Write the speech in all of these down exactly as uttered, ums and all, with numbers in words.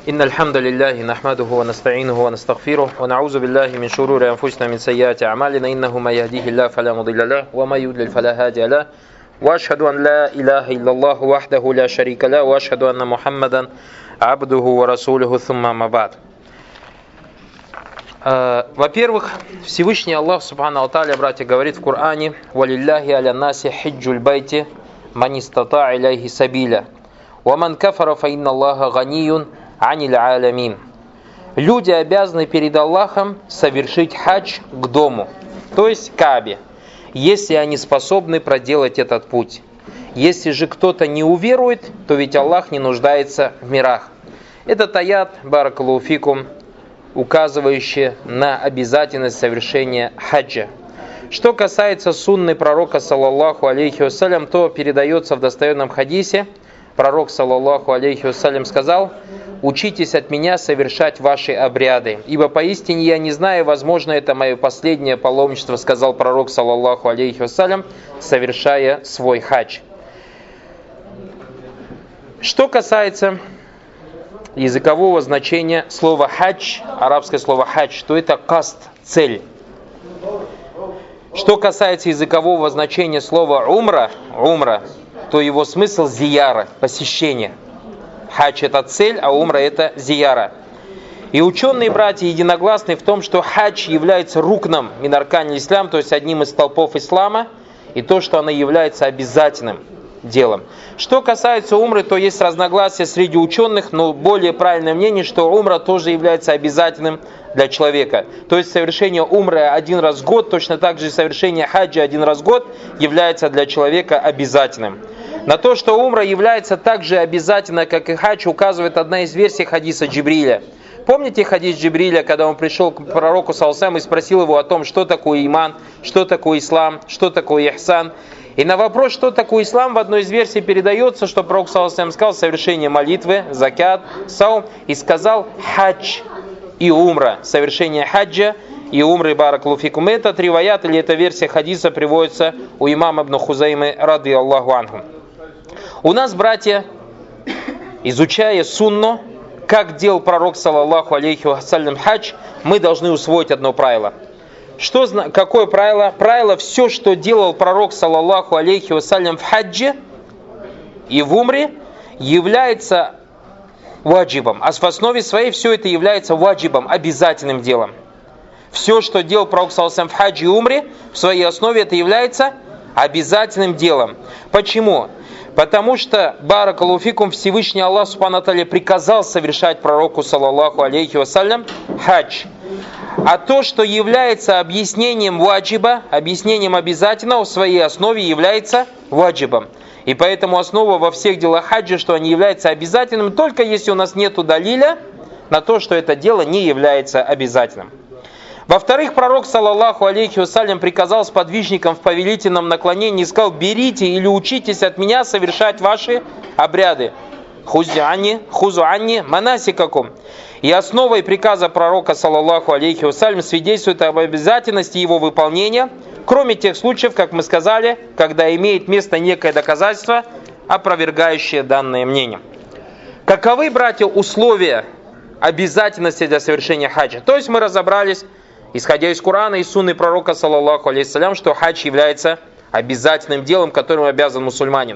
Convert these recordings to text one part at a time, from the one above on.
إن الحمد لله نحمده ونستعينه ونستغفره ونعوذ بالله من شرور أنفسنا من سيئات أعمالنا إنه من يهديه الله فلا مضل له وما يضلل فلا هادي له وأشهد أن لا إله إلا الله وحده لا شريك له وأشهد أن محمدا عبده ورسوله ثم ما بعد. Во-первых, Всевышний Аллах Субхану Тааля, братья, говорит в Коране: «Валилляхи аля наси хиджуль байти ман истата иляйхи сабиля, ва ман кафара фа инна Аллаха ганиюн аниль алямин». Люди обязаны перед Аллахом совершить хадж к дому, то есть Каабе, если они способны проделать этот путь. Если же кто-то не уверует, то ведь Аллах не нуждается в мирах. Этот аят, баракаллаху фикум, указывающий на обязательность совершения хаджа. Что касается сунны пророка, саллаллаху алейхи вассалям, то передается в достоверном хадисе. Пророк, саллаллаху алейхи вассалям, сказал: «Учитесь от меня совершать ваши обряды, ибо поистине я не знаю, возможно, это мое последнее паломничество», сказал пророк, саллаллаху алейхи вассалям, совершая свой хадж. Что касается языкового значения слова хадж, арабское слово хадж, то это каст, цель. Что касается языкового значения слова умра, умра, то его смысл зияра, посещение. Хадж это цель, а умра это зияра. И ученые братья единогласны в том, что хадж является рукном мин арканил ислам, то есть одним из столпов ислама, и то, что оно является обязательным делом. Что касается умры, то есть разногласия среди ученых, но более правильное мнение, что умра тоже является обязательным для человека. То есть совершение умры один раз в год, точно так же и совершение хаджа один раз в год является для человека обязательным. На то, что умра является так же обязательно, как и хадж, указывает одна из версий хадиса Джибриля. Помните хадис Джибриля, когда он пришел к пророку саллаллаху алейхи ва саллям и спросил его о том, что такое иман, что такое ислам, что такое ихсан? И на вопрос, что такое ислам, в одной из версий передается, что пророк саллаллаху алейхи ва саллям сказал: совершение молитвы, закят, саум, и сказал хадж и умра, совершение хаджа и умры, баракаллаху фикум. Этот риваят или эта версия хадиса приводится у имама ибн Хузаймы ради Аллаху анху. У нас, братья, изучая сунну, как делал пророк саллаллаху алейхи ва саллям хадж, мы должны усвоить одно правило. Что, какое правило? Правило: все, что делал пророк саллаллаху алейхи ва саллям в хаджи и в умре, является ваджибом. А в основе своей все это является ваджибом, обязательным делом. Все, что делал пророк саллаллаху алейхи ва саллям в хаджи и умре, в своей основе это является обязательным делом. Почему? Потому что, баракаллаху фикум, Всевышний Аллах субхану тааля приказал совершать пророку саллаллаху алейхи ва саллям хадж. А то, что является объяснением ваджиба, объяснением обязательного, в своей основе является ваджибом. И поэтому основа во всех делах хаджа, что они являются обязательным, только если у нас нету далиля на то, что это дело не является обязательным. Во-вторых, пророк саллаллаху алейхи ва саллям приказал сподвижникам в повелительном наклонении и сказал: берите или учитесь от меня совершать ваши обряды. Хузу анни, хузу анни манасикакум. И основой приказа пророка саллаллаху алейхи ва саллям свидетельствует об обязательности его выполнения, кроме тех случаев, как мы сказали, когда имеет место некое доказательство, опровергающее данное мнение. Каковы, братья, условия обязательности для совершения хаджа? То есть мы разобрались, исходя из Корана и сунны пророка саллаллаху алейхи ва саллям, что хадж является обязательным делом, которым обязан мусульманин.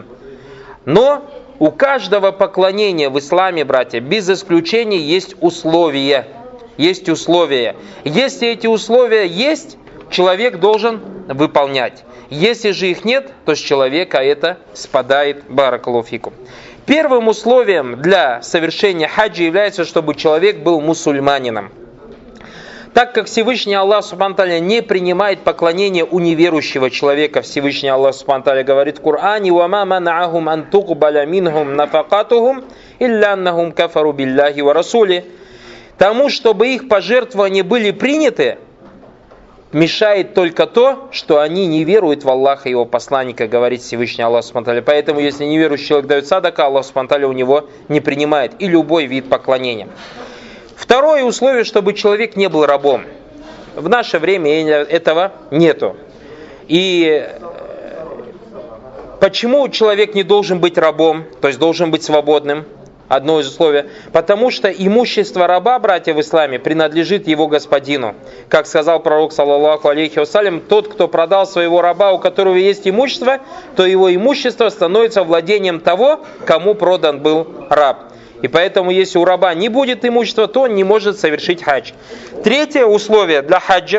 Но у каждого поклонения в исламе, братья, без исключения есть условия. Есть условия. Если эти условия есть, человек должен выполнять. Если же их нет, то с человека это спадает, баракаллаху фикум. Первым условием для совершения хаджа является, чтобы человек был мусульманином. Так как Всевышний Аллах субхану тааля не принимает поклонение у неверующего человека, Всевышний Аллах субхану тааля говорит в Коране: «Вама манаахум ан туқбаля минхум нафакатухум илля аннахум кафару билляхи ва расули». Тому, чтобы их пожертвования были приняты, мешает только то, что они не веруют в Аллаха и его посланника, говорит Всевышний Аллах субхану тааля. Поэтому, если неверующий человек дает садака, Аллах субхану тааля у него не принимает и любой вид поклонения. Второе условие, чтобы человек не был рабом. В наше время этого нету. И почему человек не должен быть рабом, то есть должен быть свободным? одно из условий, потому что имущество раба, братья в исламе, принадлежит его господину. Как сказал пророк, саллаллаху алейхи вассалям, тот, кто продал своего раба, у которого есть имущество, то его имущество становится владением того, кому продан был раб. И поэтому, если у раба не будет имущества, то он не может совершить хадж. Третье условие для хаджа,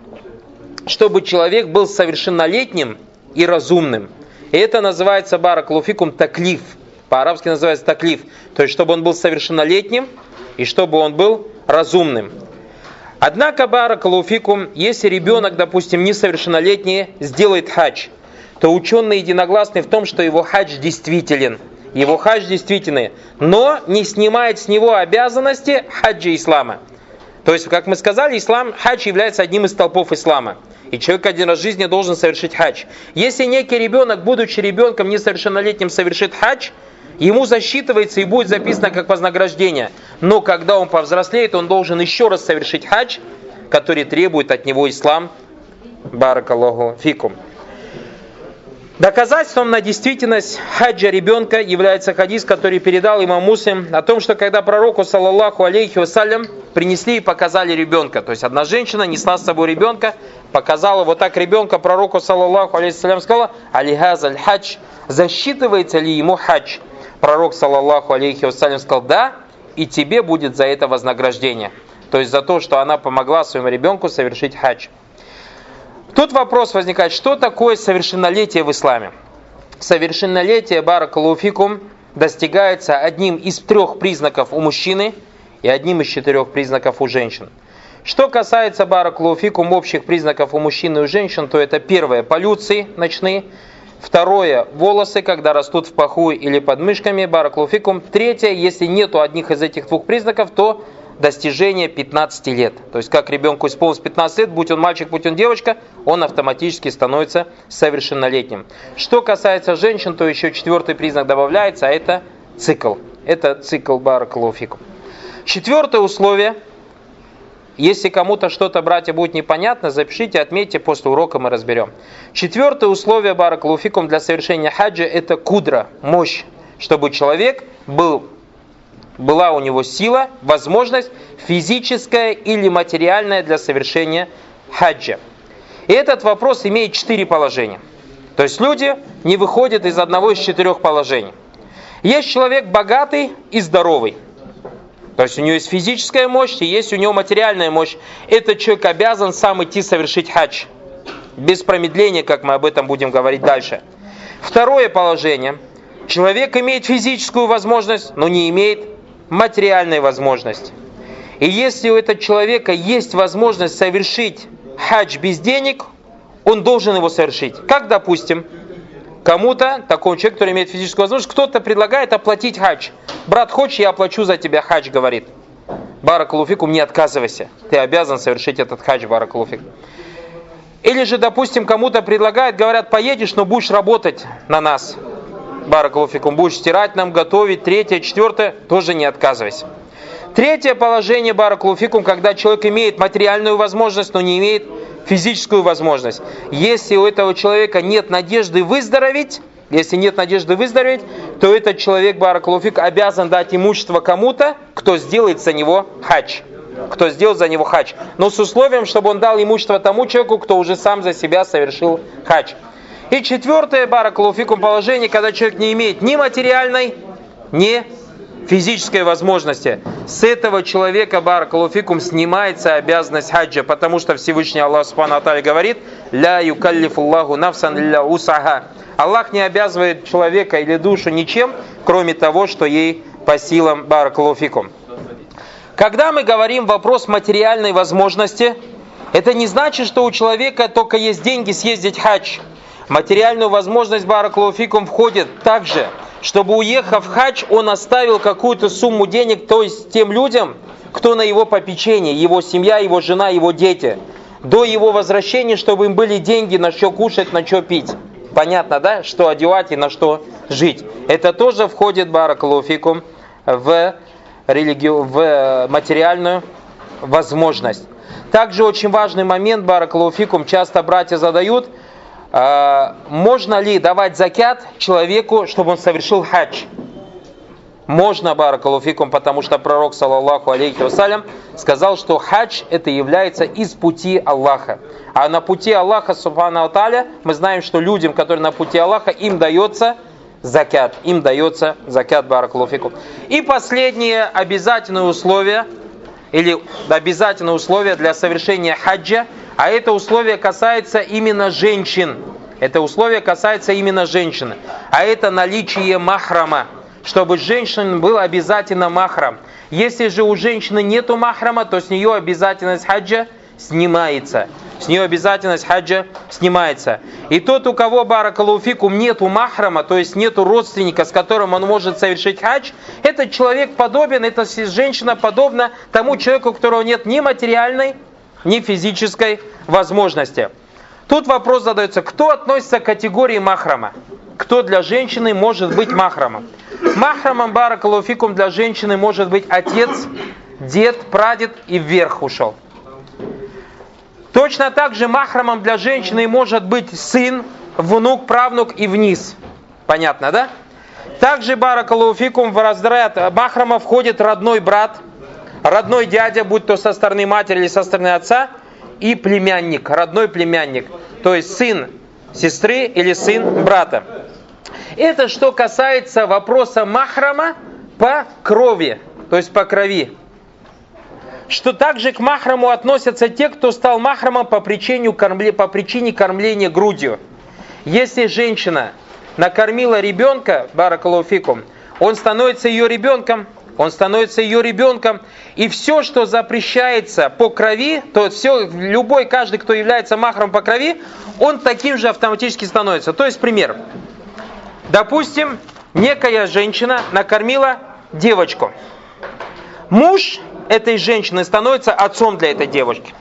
чтобы человек был совершеннолетним и разумным. И это называется, баракаллаху фикум, таклиф. По-арабски называется таклиф. То есть, чтобы он был совершеннолетним и чтобы он был разумным. Однако, баракаллаху фикум, если ребенок, допустим, несовершеннолетний, сделает хадж, то ученые единогласны в том, что его хадж действителен. Его хадж действительный, но не снимает с него обязанности хаджа ислама. То есть, как мы сказали, ислам, хадж является одним из столпов ислама. И человек один раз в жизни должен совершить хадж. Если некий ребенок, будучи ребенком несовершеннолетним, совершит хадж, ему засчитывается и будет записано как вознаграждение. Но когда он повзрослеет, он должен еще раз совершить хадж, который требует от него ислам. Баракаллаху фикум. Доказательством на действительность хаджа ребенка является хадис, который передал имам Муслим, о том, что когда пророку, саллаллаху алейхи вассалям, принесли и показали ребенка. То есть одна женщина несла с собой ребенка, показала вот так ребенка пророку, саллаллаху алейхи вассалям, сказала: «Алихаз аль-хадж», засчитывается ли ему хадж? Пророк, саллаллаху алейхи вассалям, сказал: «Да, и тебе будет за это вознаграждение». То есть за то, что она помогла своему ребенку совершить хадж. Тут вопрос возникает, что такое совершеннолетие в исламе? Совершеннолетие, баракаллаху фикум, достигается одним из трех признаков у мужчины и одним из четырех признаков у женщин. Что касается, баракаллаху фикум, общих признаков у мужчин и у женщин, то это первое, полюции ночные. Второе, волосы, когда растут в паху или под мышками, баракаллаху фикум. Третье, если нету одних из этих двух признаков, то достижение пятнадцати лет. То есть, как ребенку исполнилось пятнадцать лет, будь он мальчик, будь он девочка, он автоматически становится совершеннолетним. Что касается женщин, то еще четвертый признак добавляется, а это цикл. Это цикл, баракаллаху фикум. Четвертое условие. Если кому-то что-то, братья, будет непонятно, запишите, отметьте, после урока мы разберем. Четвертое условие, баракаллаху фикум, для совершения хаджа — это кудра, мощь. Чтобы человек был... была у него сила, возможность физическая или материальная для совершения хаджа. И этот вопрос имеет четыре положения. То есть люди не выходят из одного из четырех положений. Есть человек богатый и здоровый. То есть у него есть физическая мощь и есть у него материальная мощь. Этот человек обязан сам идти совершить хадж. Без промедления, как мы об этом будем говорить дальше. Второе положение. Человек имеет физическую возможность, но не имеет материальной возможности. И если у этого человека есть возможность совершить хадж без денег, он должен его совершить. Как, допустим, кому-то, такому человеку, который имеет физическую возможность, кто-то предлагает оплатить хадж. Брат, хочешь, я оплачу за тебя хадж, говорит. Баракаллаху фикум, не отказывайся. Ты обязан совершить этот хадж, баракаллаху фикум. Или же, допустим, кому-то предлагают, говорят, поедешь, но будешь работать на нас. Баракаллаху фикум, будешь стирать нам, готовить. Третье, четвертое, тоже не отказывайся. Третье положение, баракаллаху фикум, когда человек имеет материальную возможность, но не имеет физическую возможность. Если у этого человека нет надежды выздороветь, если нет надежды выздороветь, то этот человек, баракаллаху фикум, обязан дать имущество кому-то, кто сделает за него хадж. Кто сделает за него хадж. Но с условием, чтобы он дал имущество тому человеку, кто уже сам за себя совершил хадж. И четвертое, баракаллаху фикум, положение, когда человек не имеет ни материальной, ни физической возможности. С этого человека, баракаллаху фикум, снимается обязанность хаджа, потому что Всевышний Аллах субхану ва тааля говорит: «Ля юкаллифуллаху нафсан илля усаха». Аллах не обязывает человека или душу ничем, кроме того, что ей по силам, баракаллаху фикум. Когда мы говорим вопрос материальной возможности, это не значит, что у человека только есть деньги съездить хадж. Материальную возможность, баракаллаху фикум, входит также, чтобы, уехав в хадж, он оставил какую-то сумму денег, то есть тем людям, кто на его попечении, его семья, его жена, его дети, до его возвращения, чтобы им были деньги, на что кушать, на что пить. Понятно, да? Что одевать и на что жить. Это тоже входит, баракаллаху фикум, в, религию, в материальную возможность. Также очень важный момент, баракаллаху фикум, часто братья задают: можно ли давать закят человеку, чтобы он совершил хадж? Можно, баракаллаху фикум, потому что пророк, саллаллаху алейхи вассалям, сказал, что хадж это является из пути Аллаха. А на пути Аллаха, субхану ва тааля, мы знаем, что людям, которые на пути Аллаха, им дается закят. Им дается закят, баракаллаху фикум. И последнее обязательное условие, или обязательное условие для совершения хаджа, а это условие касается именно женщин. Это условие касается именно женщины. А это наличие махрама. Чтобы с женщиной был обязательно махрам. Если же у женщины нету махрама, то с нее обязательность хаджа снимается. С нее обязательность хаджа снимается. И тот, у кого, баракаллаху фикум, нету махрама, то есть нету родственника, с которым он может совершить хадж, этот человек подобен, эта женщина подобна тому человеку, у которого нет ни материальной, ни физической возможности. Тут вопрос задается, кто относится к категории махрама? Кто для женщины может быть махрамом? Махрамом, баракаллаху фикум, для женщины может быть отец, дед, прадед и вверх ушел. Точно так же махрамом для женщины может быть сын, внук, правнук и вниз. Понятно, да? Также, баракаллаху фикум, в разряд махрама входит родной брат, родной дядя, будь то со стороны матери или со стороны отца, и племянник, родной племянник. То есть сын сестры или сын брата. Это что касается вопроса махрама по крови, то есть по крови. Что также к махраму относятся те, кто стал махрамом по причине, кормле, по причине кормления грудью. Если женщина накормила ребенка, баракаллаху фикум, он становится ее ребенком, он становится ее ребенком, и все, что запрещается по крови, то все, любой, каждый, кто является махрамом по крови, он таким же автоматически становится. То есть, пример. Допустим, некая женщина накормила девочку. Муж этой женщины становится отцом для этой девочки.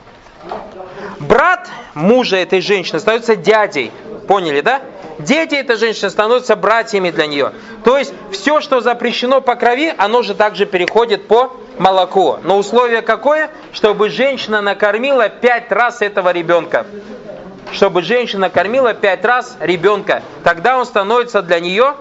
Брат мужа этой женщины становится дядей. Поняли, да? Дети этой женщины становятся братьями для нее. То есть, все, что запрещено по крови, оно же также переходит по молоку. Но условие какое? Чтобы женщина накормила пять раз этого ребенка. Чтобы женщина кормила пять раз ребенка. Тогда он становится для нее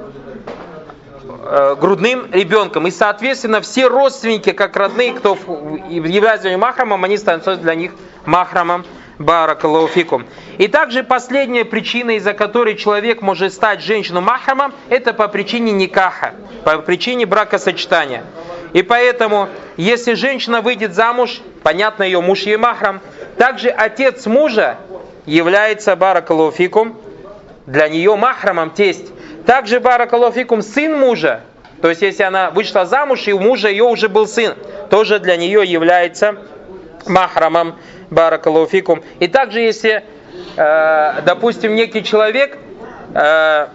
э, грудным ребенком. И, соответственно, все родственники, как родные, кто является махрамом, они становятся для них махрамом. Баракаллаху фикум. И также последняя причина, из-за которой человек может стать женщиной махрамом, это по причине никаха, по причине бракосочетания. И поэтому, если женщина выйдет замуж, понятно, ее муж ей махрам, также отец мужа является, баракаллаху фикум, для нее махрамом, тесть. Также, баракаллаху фикум, сын мужа, то есть если она вышла замуж, и у мужа ее уже был сын, тоже для нее является махрамом, баракаллаху фикум. И также, если, э, допустим, некий человек э,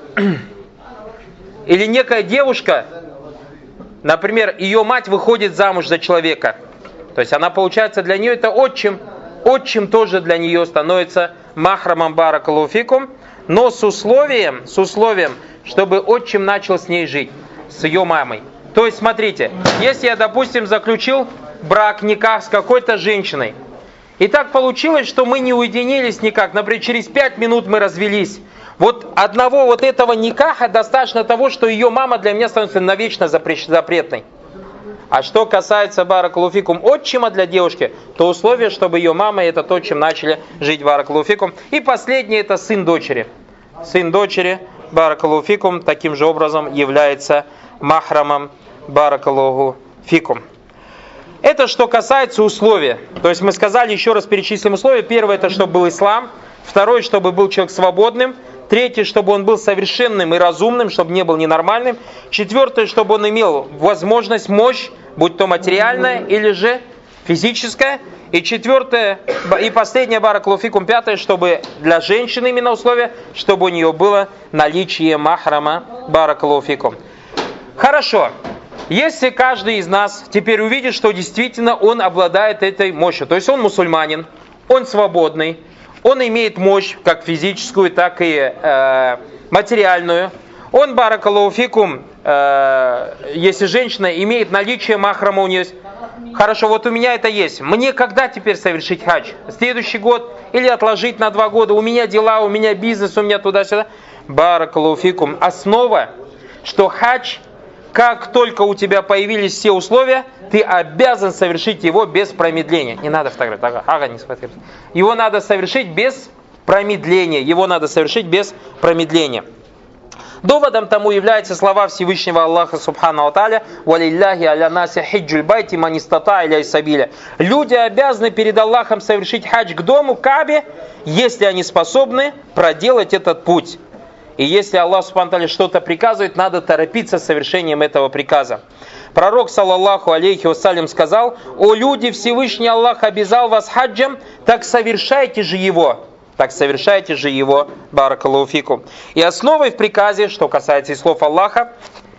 или некая девушка, например, ее мать выходит замуж за человека, то есть она, получается, для нее это отчим, отчим тоже для нее становится махрамом, баракаллаху фикум, но с условием, с условием, чтобы отчим начал с ней жить, с ее мамой. То есть, смотрите, если я, допустим, заключил брак, никах с какой-то женщиной, и так получилось, что мы не уединились никак. Например, через пять минут мы развелись. Вот одного вот этого никаха достаточно того, что ее мама для меня становится навечно запретной. А что касается, баракаллаху фикум, отчима для девушки, то условие, чтобы ее мама и этот отчим начали жить, баракаллаху фикум. И последнее, это сын дочери. Сын дочери, баракаллаху фикум, таким же образом является махрамом, баракаллаху фикум. Это что касается условия. То есть мы сказали, еще раз перечислим условия. Первое, это чтобы был ислам. Второе, чтобы был человек свободным. Третье, чтобы он был совершенным и разумным, чтобы не был ненормальным. Четвертое, чтобы он имел возможность, мощь, будь то материальная или же физическая. И четвертое, и последнее, баракаллаху фикум, пятое, чтобы для женщины именно условие, чтобы у нее было наличие махрама, баракаллаху фикум. Хорошо. Если каждый из нас теперь увидит, что действительно он обладает этой мощью, то есть он мусульманин, он свободный, он имеет мощь как физическую, так и э, материальную, он, баракаллаху фикум, э, если женщина имеет наличие махрама у нее, хорошо, вот у меня это есть, мне когда теперь совершить хадж? Следующий год или отложить на два года? У меня дела, у меня бизнес, у меня туда-сюда. Баракаллаху фикум. Основа, что хадж как только у тебя появились все условия, ты обязан совершить его без промедления. Не надо фотографировать. Ага, не сфотографировать. Его надо совершить без промедления. Его надо совершить без промедления. Доводом тому являются слова Всевышнего Аллаха Субхану ва Тааля: «Валилляхи аля наси хиджуль байти ман истата иляй сабиля». Люди обязаны перед Аллахом совершить хадж к дому Каабе, если они способны проделать этот путь. И если Аллах Субхану ва Тааля что-то приказывает, надо торопиться с совершением этого приказа. Пророк, саллаллаху алейхи вассалям, сказал: «О люди, Всевышний Аллах обязал вас хаджем, так совершайте же его». Так совершайте же его, баракаллаху фикум. И основой в приказе, что касается и слов Аллаха,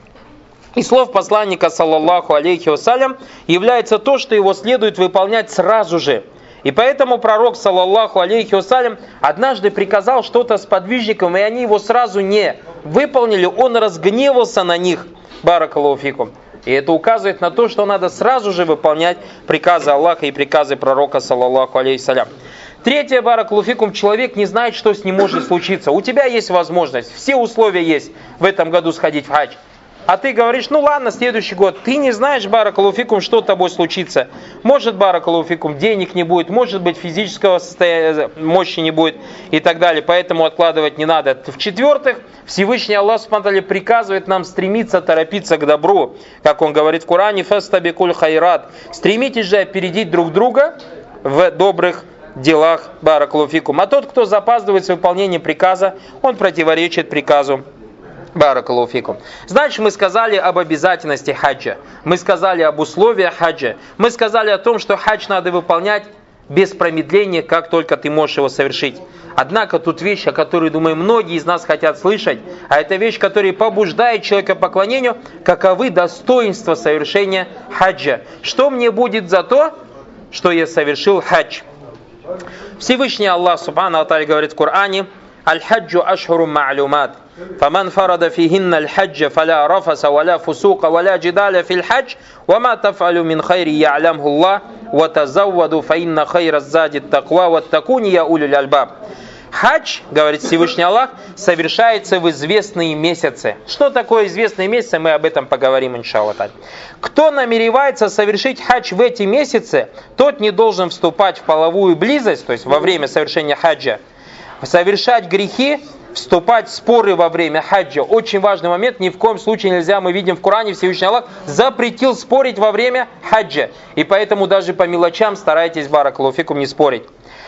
и слов посланника, саллаллаху алейхи вассалям, является то, что его следует выполнять сразу же. И поэтому пророк, саллаллаху алейхи вассалям, однажды приказал что-то сподвижникам, и они его сразу не выполнили, он разгневался на них, баракаллаху фикум. И это указывает на то, что надо сразу же выполнять приказы Аллаха и приказы пророка, саллаллаху алейхи вассалям. Третье, баракаллаху фикум, человек не знает, что с ним может случиться. У тебя есть возможность, все условия есть в этом году сходить в хадж. А ты говоришь: ну ладно, следующий год. Ты не знаешь, баракаллаху фикум, что с тобой случится. Может, баракаллаху фикум, денег не будет, может быть, физического состояния, мощи не будет и так далее. Поэтому откладывать не надо. В-четвертых, Всевышний Аллах Субхану ва Тааля приказывает нам стремиться, торопиться к добру. Как он говорит в Коране: «Фастабикуль хайрат». Стремитесь же опередить друг друга в добрых делах, баракаллаху фикум. А тот, кто запаздывает с выполнением приказа, он противоречит приказу, баракаллаху фикум. Значит, мы сказали об обязательности хаджа, мы сказали об условиях хаджа, мы сказали о том, что хадж надо выполнять без промедления, как только ты можешь его совершить. Однако тут вещь, о которой, думаю, многие из нас хотят слышать, а это вещь, которая побуждает человека к поклонению: каковы достоинства совершения хаджа. Что мне будет за то, что я совершил хадж? Всевышний Аллах Субхану ва Тааля говорит в Коране: «Аль-хаджу ашхуру ма'люмат, фаман фарада фихинна аль-хаджа, фаля рафаса, валя фусука, валя джидаля фил хадж, вама тафалю мин хайри я'лямху Аллах, ва тазавваду, фа инна хайра ззади таква, ва такуни я улюль альбаб». Хадж, говорит Всевышний Аллах, совершается в известные месяцы. Что такое известные месяцы, мы об этом поговорим, иншаллах. Кто намеревается совершить хадж в эти месяцы, тот не должен вступать в половую близость, то есть во время совершения хаджа, совершать грехи, вступать в споры во время хаджа. Очень важный момент, ни в коем случае нельзя, мы видим в Коране, Всевышний Аллах запретил спорить во время хаджа. И поэтому даже по мелочам старайтесь, баракаллаху фикум, не спорить.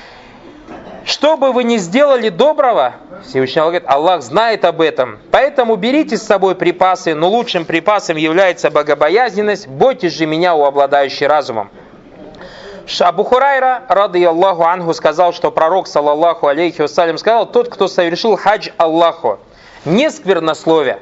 Что бы вы ни сделали доброго, Всевышний Аллах говорит, Аллах знает об этом. Поэтому берите с собой припасы, но лучшим припасом является богобоязненность. Бойтесь же меня, у обладающий разумом. Абу Хурайра, радийаллаху анху, сказал, что пророк, саллаллаху алейхи вассалям, сказал: тот, кто совершил хадж Аллаху, не сквернословия,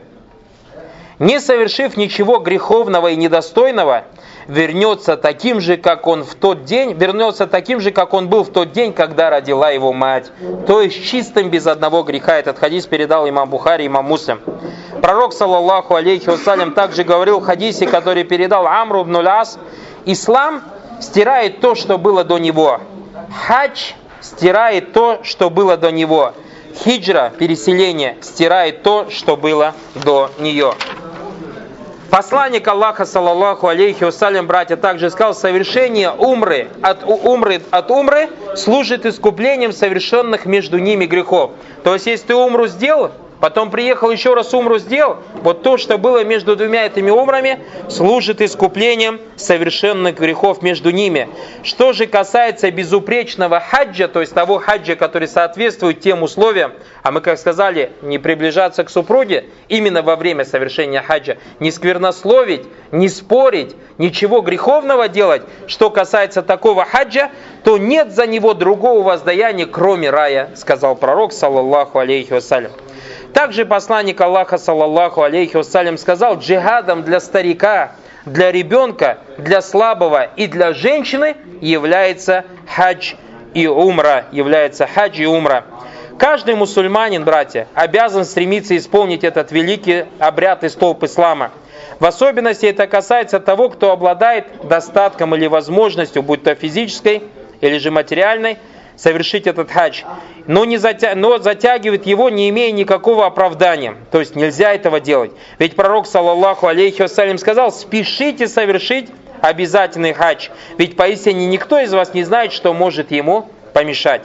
не совершив ничего греховного и недостойного, вернется таким же, как он в тот день, вернется таким же, как он был в тот день, когда родила его мать. То есть чистым, без одного греха. Этот хадис передал имам Бухари, имам Муслим. Пророк, саллаллаху алейхи вассалям, также говорил в хадисе, который передал Амру ибн аль-Ас: ислам стирает то, что было до него. Хадж стирает то, что было до него. Хиджра, переселение, стирает то, что было до нее. Посланник Аллаха, саллаллаху алейхи вассалям, братья, также сказал: совершение умры от, умры от умры служит искуплением совершенных между ними грехов. То есть, если ты умру сделал, потом приехал еще раз умру сделал, вот то, что было между двумя этими умрами, служит искуплением совершенных грехов между ними. Что же касается безупречного хаджа, то есть того хаджа, который соответствует тем условиям, а мы, как сказали, не приближаться к супруге именно во время совершения хаджа, не сквернословить, не спорить, ничего греховного делать, что касается такого хаджа, то нет за него другого воздаяния, кроме рая, сказал пророк, саллаллаху алейхи вассалям. Также посланник Аллаха, саллаллаху алейхи вассалям, сказал: джихадом для старика, для ребенка, для слабого и для женщины является хадж и умра. Является хадж и умра. Каждый мусульманин, братья, обязан стремиться исполнить этот великий обряд и столб ислама. В особенности это касается того, кто обладает достатком или возможностью, будь то физической или же материальной, совершить этот хадж, но, не затя... но затягивает его, не имея никакого оправдания. То есть нельзя этого делать. Ведь пророк, саллаллаху алейхи вассалям, сказал: спешите совершить обязательный хадж, ведь поистине никто из вас не знает, что может ему помешать.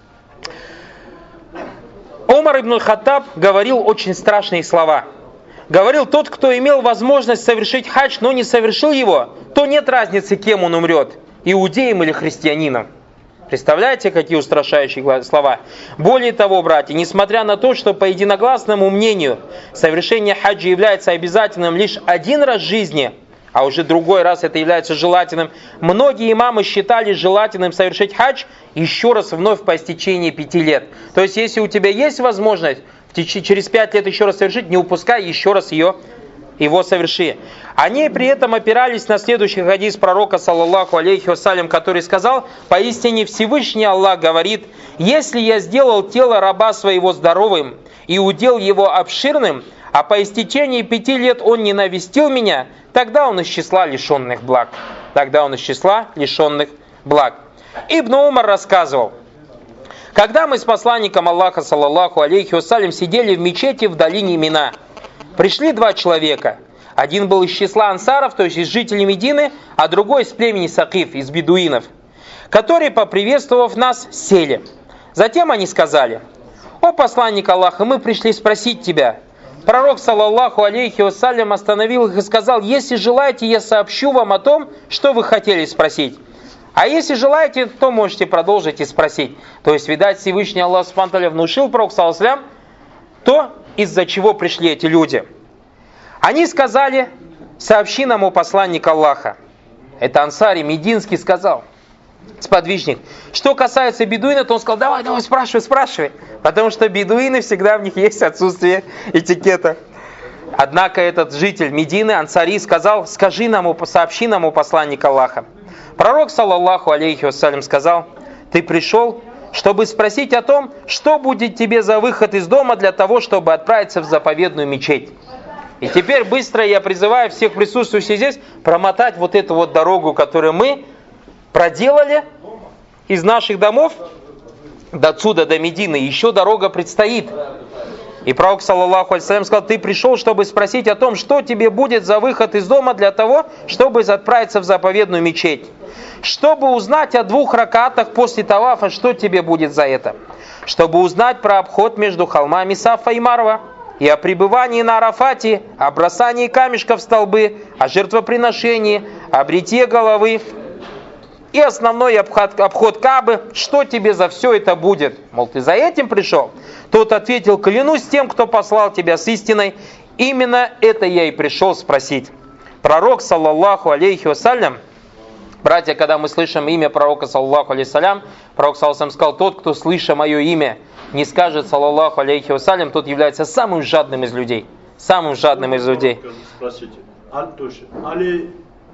Умар ибн Хаттаб говорил очень страшные слова. Говорил: тот, кто имел возможность совершить хадж, но не совершил его, то нет разницы, кем он умрет, иудеем или христианином. Представляете, какие устрашающие слова? Более того, братья, несмотря на то, что по единогласному мнению совершение хаджа является обязательным лишь один раз в жизни, а уже другой раз это является желательным, многие имамы считали желательным совершить хадж еще раз вновь по истечении пяти лет. То есть, если у тебя есть возможность через пять лет еще раз совершить, не упускай, еще раз ее его соверши. Они при этом опирались на следующий хадис пророка, саллаллаху алейхи вассалям, который сказал: поистине Всевышний Аллах говорит: если я сделал тело раба своего здоровым и удел его обширным, а по истечении пяти лет он не навестил меня, тогда он из числа лишенных благ. Тогда он из числа лишенных благ. Ибн Умар рассказывал: когда мы с посланником Аллаха, саллаллаху алейхи вассалям, сидели в мечети в долине Мина, пришли два человека. Один был из числа ансаров, то есть из жителей Медины, а другой из племени Сакиф, из бедуинов, которые, поприветствовав нас, сели. Затем они сказали: «О посланник Аллаха, мы пришли спросить тебя». Пророк, саллаллаху алейхи вассалям, остановил их и сказал: если желаете, я сообщу вам о том, что вы хотели спросить. А если желаете, то можете продолжить и спросить. То есть, видать, Всевышний Аллах субхану ва тааля внушил пророку, саллаллаху алейхи ва саллям, то, из-за чего пришли эти люди. Они сказали: сообщи нам, о посланник Аллаха. Это ансари, мединский, сказал, сподвижник. Что касается бедуина, то он сказал: давай, давай, спрашивай, спрашивай. Потому что бедуины, всегда в них есть отсутствие этикета. Однако этот житель Медины, ансари, сказал: скажи нам, сообщи нам, о посланник Аллаха. Пророк, саллаллаху алейхи вассалям, сказал: ты пришел, чтобы спросить о том, что будет тебе за выход из дома для того, чтобы отправиться в заповедную мечеть. И теперь быстро я призываю всех присутствующих здесь промотать вот эту вот дорогу, которую мы проделали из наших домов до отсюда, до Медины. Еще дорога предстоит. И пророк, саллаллаху алейхи ва саллям, сказал: ты пришел, чтобы спросить о том, что тебе будет за выход из дома для того, чтобы отправиться в заповедную мечеть. Чтобы узнать о двух ракатах после тавафа, что тебе будет за это. Чтобы узнать про обход между холмами Сафа и Марва, и о пребывании на Арафате, о бросании камешков в столбы, о жертвоприношении, о бритье головы и основной обход, обход Каабы. Что тебе за все это будет? Мол, ты за этим пришел? Тот ответил: клянусь тем, кто послал тебя с истиной, именно это я и пришел спросить. Пророк, саллаллаху алейхи вассалям, братья, когда мы слышим имя пророка, саллаллаху алейхи вассалям, пророк, саллаллаху алейхи вассалям, сказал: тот, кто, слыша мое имя, не скажет, саллаллаху алейхи вассалям, тот является самым жадным из людей. Самым жадным из людей. Спросите. Али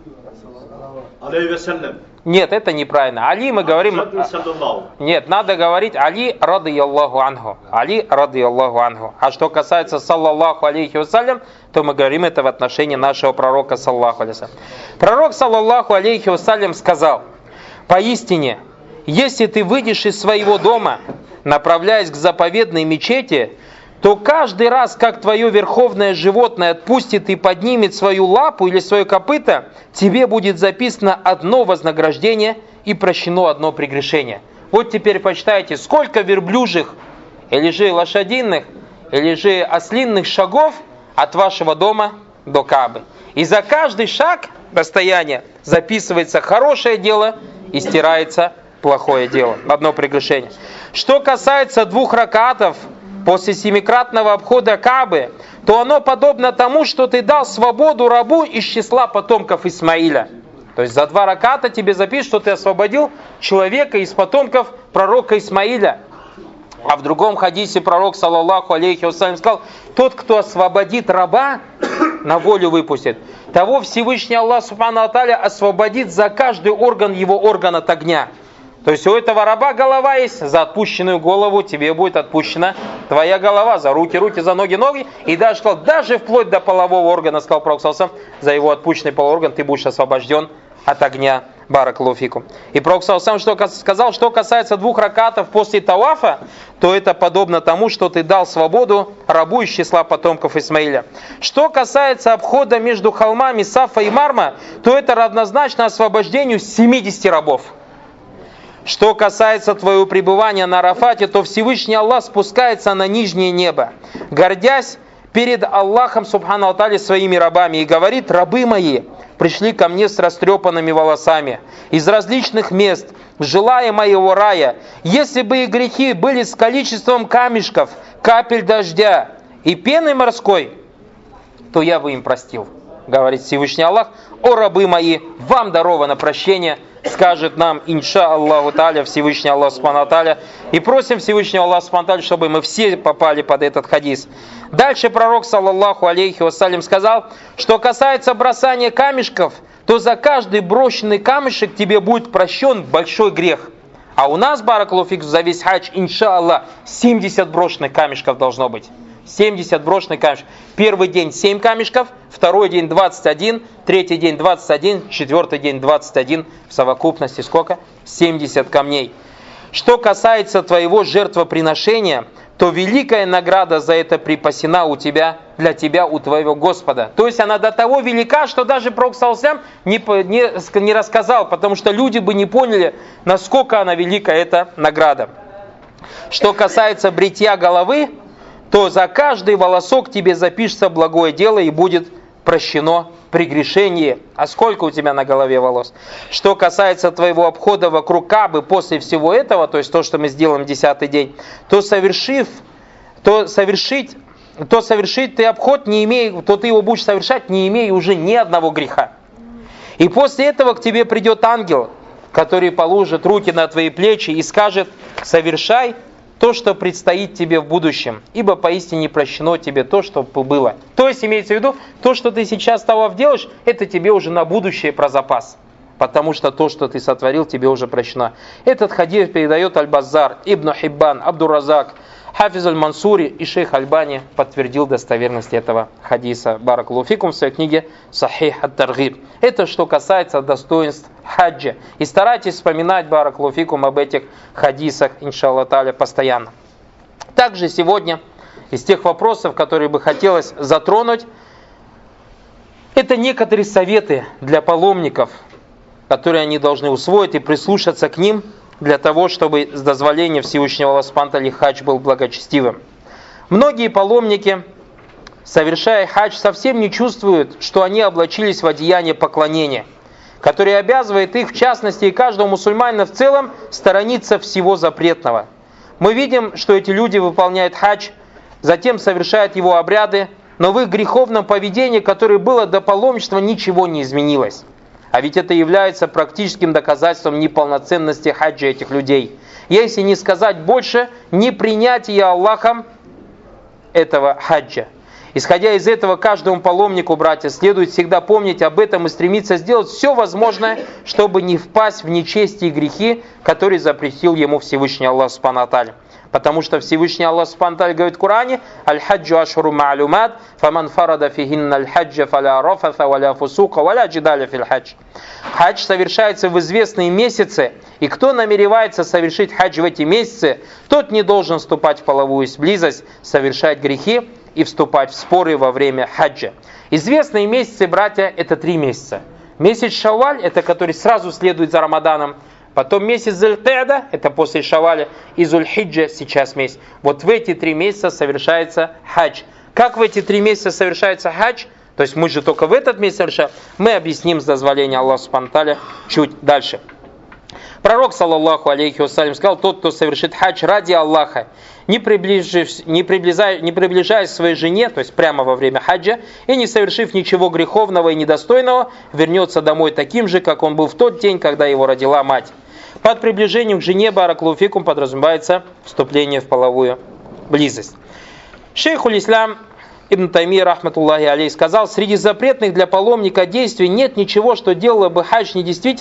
вассалям. Нет, это неправильно. Али мы говорим... Нет, надо говорить Али радийаллаху анху. Али радийаллаху анху. А что касается саллаллаху алейхи вассалям, то мы говорим это в отношении нашего пророка, саллаллаху алейхи вассалям. Пророк, саллаллаху алейхи вассалям, сказал: поистине, если ты выйдешь из своего дома, направляясь к заповедной мечети, то каждый раз, как твое верховное животное отпустит и поднимет свою лапу или свое копыто, тебе будет записано одно вознаграждение и прощено одно прегрешение. Вот теперь почитайте, сколько верблюжих, или же лошадиных, или же ослинных шагов от вашего дома до Каабы. И за каждый шаг расстояния записывается хорошее дело и стирается плохое дело. Одно прегрешение. Что касается двух ракатов после семикратного обхода Каабы, то оно подобно тому, что ты дал свободу рабу из числа потомков Исмаиля. То есть за два раката тебе запишут, что ты освободил человека из потомков пророка Исмаиля. А в другом хадисе пророк, саллаллаху алейхи вассалям, сказал: тот, кто освободит раба, на волю выпустит, того Всевышний Аллах субхану ва тааля освободит за каждый орган его орган от огня. То есть у этого раба голова есть, за отпущенную голову тебе будет отпущена твоя голова, за руки, руки, за ноги, ноги. И даже сказал, даже вплоть до полового органа, сказал пророк, за его отпущенный полуорган ты будешь освобожден от огня Баракалуфикум. И Пророк сам что сказал, что касается двух ракатов после тавафа, то это подобно тому, что ты дал свободу рабу из числа потомков Исмаиля. Что касается обхода между холмами Сафа и Марма, то это равнозначно освобождению семидесяти рабов. Что касается твоего пребывания на Арафате, то Всевышний Аллах спускается на нижнее небо, гордясь перед Аллахом Субхану ва Тааля своими рабами и говорит: рабы мои пришли ко мне с растрепанными волосами из различных мест, желая моего рая. Если бы их грехи были с количеством камешков, капель дождя и пены морской, то я бы им простил. Говорит Всевышний Аллах: о рабы мои, вам даровано прощение, скажет нам, инша Аллаху Тааля, Всевышний Аллах Субхану ва Тааля. И просим Всевышнего Аллаха Субхану ва Тааля, чтобы мы все попали под этот хадис. Дальше пророк, саллаллаху алейхи вассалям, сказал, что касается бросания камешков, то за каждый брошенный камешек тебе будет прощен большой грех. А у нас, баракалуфик, за весь хадж, инша Аллах, семьдесят брошенных камешков должно быть. семьдесят брошенных камешков. Первый день семь камешков, второй день двадцать один, третий день двадцать один, четвертый день двадцать один. В совокупности сколько? семьдесят камней. Что касается твоего жертвоприношения, то великая награда за это припасена у тебя, для тебя, у твоего Господа. То есть она до того велика, что даже Пророк саллаллаху не, не, не рассказал, потому что люди бы не поняли, насколько она велика, эта награда. Что касается бритья головы, то за каждый волосок тебе запишется благое дело и будет прощено прегрешение. А сколько у тебя на голове волос? Что касается твоего обхода вокруг Каабы после всего этого, то есть то, что мы сделаем десятый день, то совершив, то совершить, то совершить ты обход, не имея, то ты его будешь совершать, не имея уже ни одного греха. И после этого к тебе придет ангел, который положит руки на твои плечи и скажет: совершай то, что предстоит тебе в будущем, ибо поистине прощено тебе то, что было. То есть имеется в виду, то, что ты сейчас таваф делаешь, это тебе уже на будущее про запас. Потому что то, что ты сотворил, тебе уже прощено. Этот хадис передает Аль-Баззар, Ибн Хиббан, Абдур-Разак, Хафиз Аль-Мансури и шейх Альбани подтвердил достоверность этого хадиса. Баракаллаху фикум в своей книге Сахих ат-Таргиб. Это что касается достоинств хаджа. И старайтесь вспоминать, баракаллаху фикум, об этих хадисах, иншаллах тааля, постоянно. Также сегодня из тех вопросов, которые бы хотелось затронуть, это некоторые советы для паломников, которые они должны усвоить и прислушаться к ним, для того, чтобы с дозволения Всевышнего Аллаха Субхану ва Тааля хадж был благочестивым. Многие паломники, совершая хадж, совсем не чувствуют, что они облачились в одеяние поклонения, которое обязывает их, в частности, и каждого мусульманина в целом, сторониться всего запретного. Мы видим, что эти люди выполняют хадж, затем совершают его обряды, но в их греховном поведении, которое было до паломничества, ничего не изменилось. А ведь это является практическим доказательством неполноценности хаджа этих людей. Если не сказать больше, непринятия Аллахом этого хаджа. Исходя из этого, каждому паломнику, братья, следует всегда помнить об этом и стремиться сделать все возможное, чтобы не впасть в нечестие и грехи, которые запретил ему Всевышний Аллах Субхану ва Тааля. Потому что Всевышний Аллах Субхану ва Тааля говорит в Коране: «Аль-хаджу ашхуру ма'лумат, фаман фарада фихинна аль-хаджа фаля рафатха валя фусука валя джидаля фил хадж». Хадж совершается в известные месяцы, и кто намеревается совершить хадж в эти месяцы, тот не должен вступать в половую близость, совершать грехи и вступать в споры во время хаджа. Известные месяцы, братья, это три месяца. Месяц Шавваль, это который сразу следует за Рамаданом. Потом месяц Зуль-Ки'да, это после Шаваля, и Зуль-Хиджа, сейчас месяц. Вот в эти три месяца совершается хадж. Как в эти три месяца совершается хадж? То есть мы же только в этот месяц совершаем. Мы объясним с дозволения Аллаха Субхану ва Тааля чуть дальше. Пророк, саллаллаху алейхи вассалям, сказал: тот, кто совершит хадж ради Аллаха, не, приближив, не, приближая, не приближаясь к своей жене, то есть прямо во время хаджа, и не совершив ничего греховного и недостойного, вернется домой таким же, как он был в тот день, когда его родила мать. Под приближением к жене, баракаллаху фикум, подразумевается вступление в половую близость. Шейхуль Ислам Ибн Таймия, рахматуллахи алейх, сказал: среди запретных для паломника действий нет ничего, что делало бы хадж недействительным,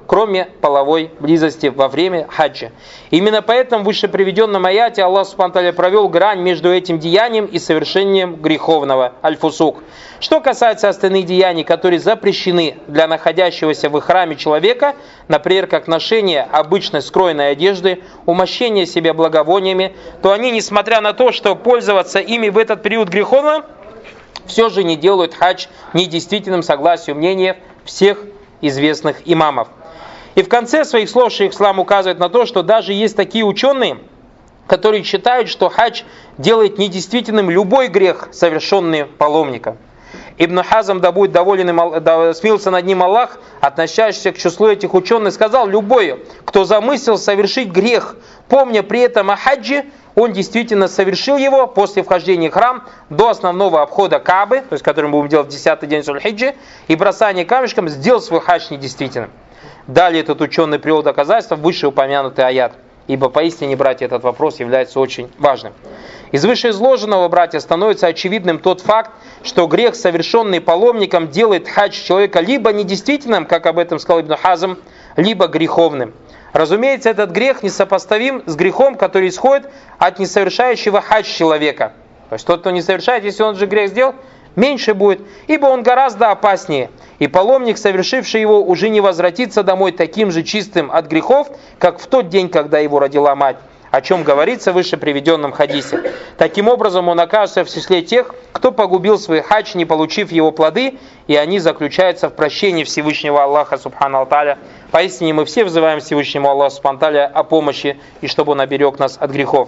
кроме половой близости во время хаджа. Именно поэтому в выше приведенном аяте Аллах Субхану ва Тааля провел грань между этим деянием и совершением греховного аль-фусук. Что касается остальных деяний, которые запрещены для находящегося в храме человека, например, как ношение обычной скроенной одежды, умощение себя благовониями, то они, несмотря на то, что пользоваться ими в этот период греховно, все же не делают хадж недействительным согласию мнения всех известных имамов. И в конце своих слов шейх Ислам указывает на то, что даже есть такие ученые, которые считают, что хадж делает недействительным любой грех, совершенный паломником. Ибн Хазм, да будет доволен им, да смился над ним Аллах, относящийся к числу этих ученых, сказал: любой, кто замыслил совершить грех, помня при этом о хаджи, он действительно совершил его после вхождения в храм до основного обхода Каабы, то есть который мы будем делать в десятый день Зуль-Хиджи, и бросания камешком, сделал свой хадж недействительным. Далее этот ученый привел доказательства в вышеупомянутый аят, ибо поистине, братья, этот вопрос является очень важным. Из вышеизложенного, братья, становится очевидным тот факт, что грех, совершенный паломником, делает хадж человека либо недействительным, как об этом сказал Ибн Хазм, либо греховным. Разумеется, этот грех несопоставим с грехом, который исходит от несовершающего хадж человека. То есть тот, кто не совершает, если он же грех сделал, меньше будет, ибо он гораздо опаснее. И паломник, совершивший его, уже не возвратится домой таким же чистым от грехов, как в тот день, когда его родила мать, о чем говорится в выше приведенном хадисе. Таким образом, он окажется в числе тех, кто погубил свой хадж, не получив его плоды, и они заключаются в прощении Всевышнего Аллаха Субхану ва Тааля. Поистине мы все взываем Всевышнему Аллаху Субхану ва Тааля о помощи, и чтобы он оберег нас от грехов.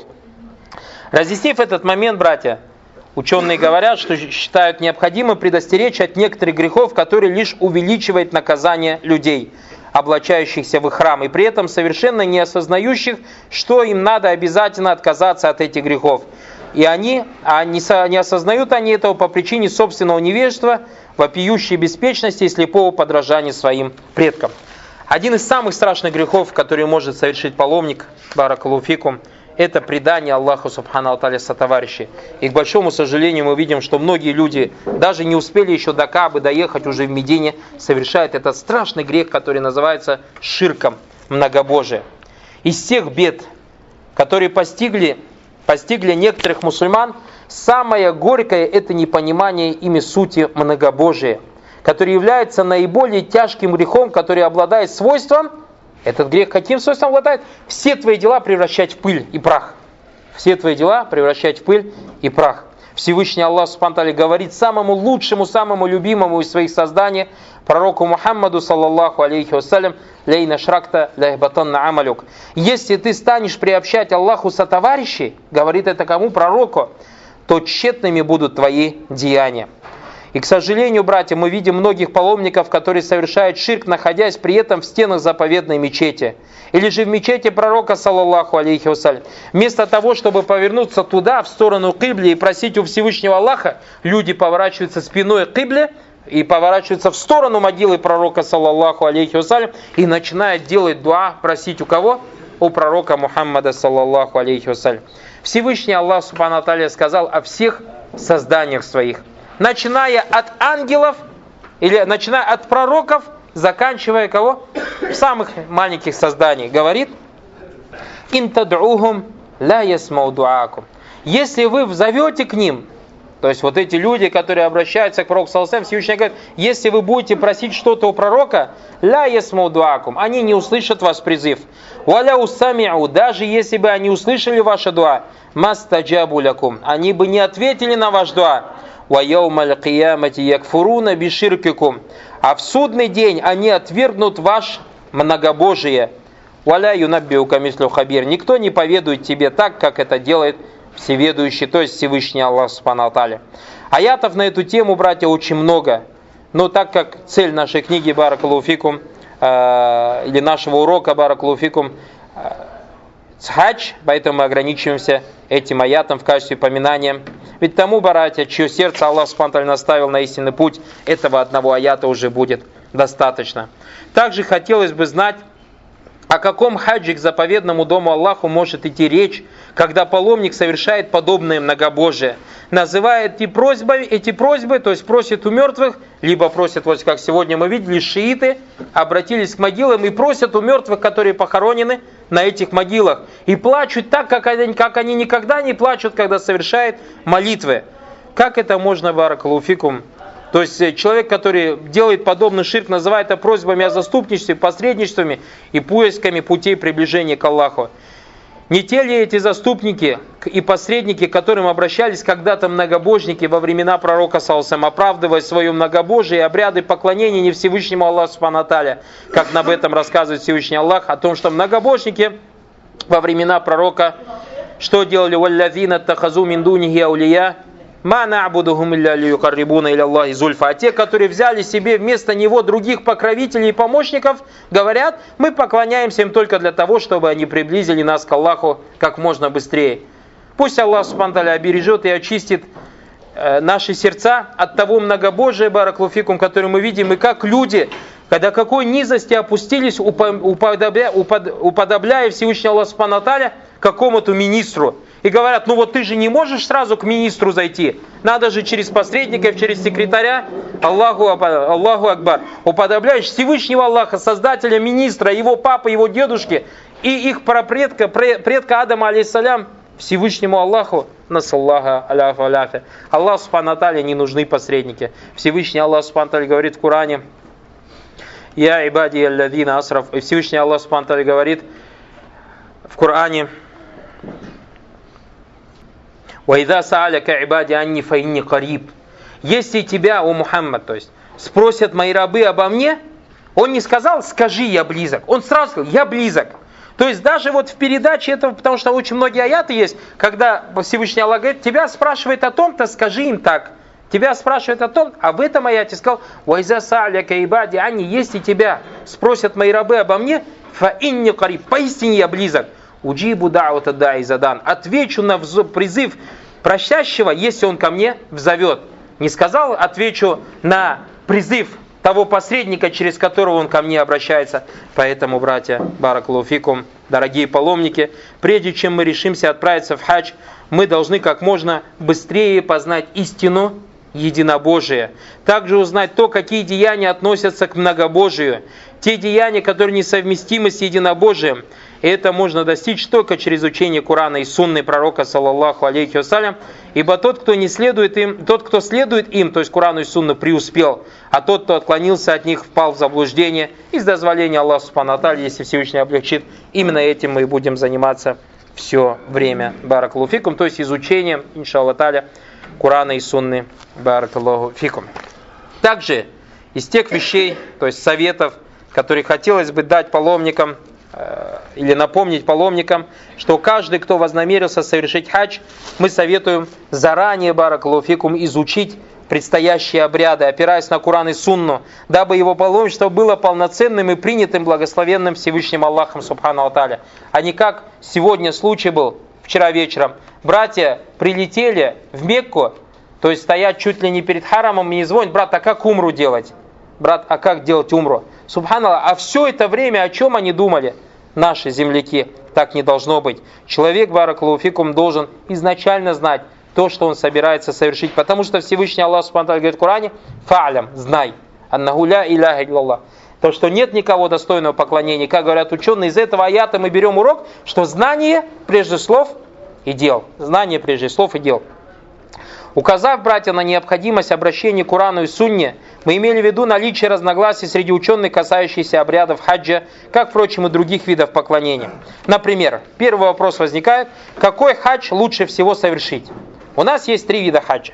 Разъяснив этот момент, братья, ученые говорят, что считают необходимым предостеречь от некоторых грехов, которые лишь увеличивают наказание людей, облачающихся в их храм, и при этом совершенно не осознающих, что им надо обязательно отказаться от этих грехов. И они, а не, не осознают они этого по причине собственного невежества, вопиющей беспечности и слепого подражания своим предкам. Один из самых страшных грехов, который может совершить паломник, баракаллаху фикум, это предание Аллаху Субхану ва Тааля сотоварищей. И к большому сожалению мы видим, что многие люди даже не успели еще до Каабы доехать, уже в Медине совершают этот страшный грех, который называется ширком, многобожие. Из тех бед, которые постигли, постигли некоторых мусульман, самое горькое это непонимание ими сути многобожия, который является наиболее тяжким грехом, который обладает свойством. Этот грех каким свойством обладает? Все твои дела превращать в пыль и прах. Все твои дела превращать в пыль и прах. Всевышний Аллах Субхану ва Тааля говорит самому лучшему, самому любимому из своих созданий, пророку Мухаммаду, саллаллаху алейхи вассалям: «Лейна шракта ляйбатанна амалюк». Если ты станешь приобщать Аллаху сотоварищей, говорит это кому? Пророку, то тщетными будут твои деяния. И, к сожалению, братья, мы видим многих паломников, которые совершают ширк, находясь при этом в стенах заповедной мечети. Или же в мечети пророка, саллаллаху алейхи вассалям. Вместо того, чтобы повернуться туда, в сторону кибли, и просить у Всевышнего Аллаха, люди поворачиваются спиной к кибле и поворачиваются в сторону могилы пророка, саллаллаху алейхи вассалям, и начинают делать дуа, просить у кого? У пророка Мухаммада, саллаллаху алейхи вассалям. Всевышний Аллах Субхану ва Тааля сказал о всех созданиях своих, начиная от ангелов, или начиная от пророков, заканчивая кого? Самых маленьких созданий. Говорит: «Ин тад'ухум ла ясмау дуакум». Если вы взовете к ним, то есть вот эти люди, которые обращаются к пророку саллаллаху алейхи ва саллям, Всевышний говорит: если вы будете просить что-то у пророка, ла ясмау дуакум, они не услышат ваш призыв. Валя усами'у, даже если бы они услышали ваше дуа, мастаджабу лякум, они бы не ответили на ваш дуа. А в судный день они отвергнут ваш многобожие. Никто не поведует тебе так, как это делает всеведущий, то есть Всевышний Аллах Субхану ва Тааля. Аятов на эту тему, братья, очень много. Но так как цель нашей книги баракаллаху фикум, э, или нашего урока баракаллаху фикум, э, хадж, поэтому мы ограничиваемся этим аятом в качестве поминания. Ведь тому, братья, чье сердце Аллах Субхану ва Тааля наставил на истинный путь, этого одного аята уже будет достаточно. Также хотелось бы знать, О каком хаджи к заповедному дому Аллаху может идти речь, когда паломник совершает подобное многобожие? Называет эти просьбы, эти просьбы, то есть просит у мертвых, либо просят, вот как сегодня мы видели, шииты обратились к могилам и просят у мертвых, которые похоронены на этих могилах. И плачут так, как они, как они никогда не плачут, когда совершают молитвы. Как это можно, баракаллаху фикум? То есть человек, который делает подобный ширк, называет это просьбами о заступничестве, посредничествами и поисками путей приближения к Аллаху. Не те ли эти заступники и посредники, к которым обращались когда-то многобожники во времена пророка саллаллаху, оправдывая свое многобожие и обряды поклонения не Всевышнему Аллаху субхану ва тааля, как об этом рассказывает Всевышний Аллах, о том, что многобожники во времена пророка что делали? «Валлазина тахазу мин дунихи аулия». А те, которые взяли себе вместо него других покровителей и помощников, говорят, мы поклоняемся им только для того, чтобы они приблизили нас к Аллаху как можно быстрее. Пусть Аллах субхану ва тааля обережет и очистит э, наши сердца от того многобожия, баракаллаху фикум, который мы видим, и как люди, когда какой низости опустились, уподобляя, уподобляя Всевышнего Аллаха субхану ва тааля какому-то министру. И говорят, ну вот ты же не можешь сразу к министру зайти. Надо же через посредников, через секретаря. Аллаху, Аллаху Акбар. Уподобляешь Всевышнего Аллаха, создателя министра, его папы, его дедушки и их прапредка, предка Адама, алейхиссалям, Всевышнему Аллаху, насаллаха аляфа аляфа. Аллах субхану ва тааля не нужны посредники. Всевышний Аллах субхану ва тааля говорит в Коране, Я ибади алладина асраф. И Всевышний Аллах субхану ва тааля говорит в Коране, «Вайза сааляка ибади анни фаинни кариб». Если тебя, о Мухаммад, то есть, спросят мои рабы обо мне, он не сказал «скажи, я близок». Он сразу сказал «я близок». То есть даже вот в передаче этого, потому что очень многие аяты есть, когда Всевышний Аллах говорит, тебя спрашивает о том-то, скажи им так. Тебя спрашивают о том, а в этом аяте сказал «Вайза сааляка ибади анни», если тебя спросят мои рабы обо мне, фаинни кариб, поистине я близок. Уджибу да'вата да'i задан. Отвечу на призыв просящего, если он ко мне взовет. Не сказал, отвечу на призыв того посредника, через которого он ко мне обращается. Поэтому, братья, баракаллаху фикум, дорогие паломники, прежде чем мы решимся отправиться в хадж, мы должны как можно быстрее познать истину единобожия. Также узнать то, какие деяния относятся к многобожию. Те деяния, которые несовместимы с единобожием. И это можно достичь только через учение Корана и Сунны пророка, саллаллаху алейхи вассалям. Ибо тот, кто не следует им, тот, кто следует им, то есть Корану и Сунну, преуспел. А тот, кто отклонился от них, впал в заблуждение. Из дозволения Аллаха субхану ва тааля, если Всевышний облегчит, именно этим мы будем заниматься все время. Баракаллаху фикум, то есть изучением, иншаллаху тааля, Корана и Сунны. Баракаллаху фикум. Также из тех вещей, то есть советов, которые хотелось бы дать паломникам, или напомнить паломникам, что каждый, кто вознамерился совершить хадж, мы советуем заранее, баракаллаху фикум, изучить предстоящие обряды, опираясь на Коран и Сунну, дабы его паломничество было полноценным и принятым благословенным Всевышним Аллахом субхану ва тааля. А не как сегодня случай был, вчера вечером. Братья прилетели в Мекку, то есть стоят чуть ли не перед харамом и не звонят, брат, а как умру делать? Брат, а как делать умру? Субханаллах, а все это время о чем они думали? Наши земляки. Так не должно быть. Человек, баракаллаху фикум, должен изначально знать то, что он собирается совершить. Потому что Всевышний Аллах субхану ва тааля говорит в Коране, фа'алям, знай, аннаху ля иляха илляллах. То, что нет никого достойного поклонения. Как говорят ученые, из этого аята мы берем урок, что знание прежде слов и дел. Знание прежде слов и дел. Указав, братья, на необходимость обращения к Корану и Сунне, мы имели в виду наличие разногласий среди ученых, касающихся обрядов хаджа, как, впрочем, и других видов поклонения. Например, первый вопрос возникает, какой хадж лучше всего совершить? У нас есть три вида хаджа.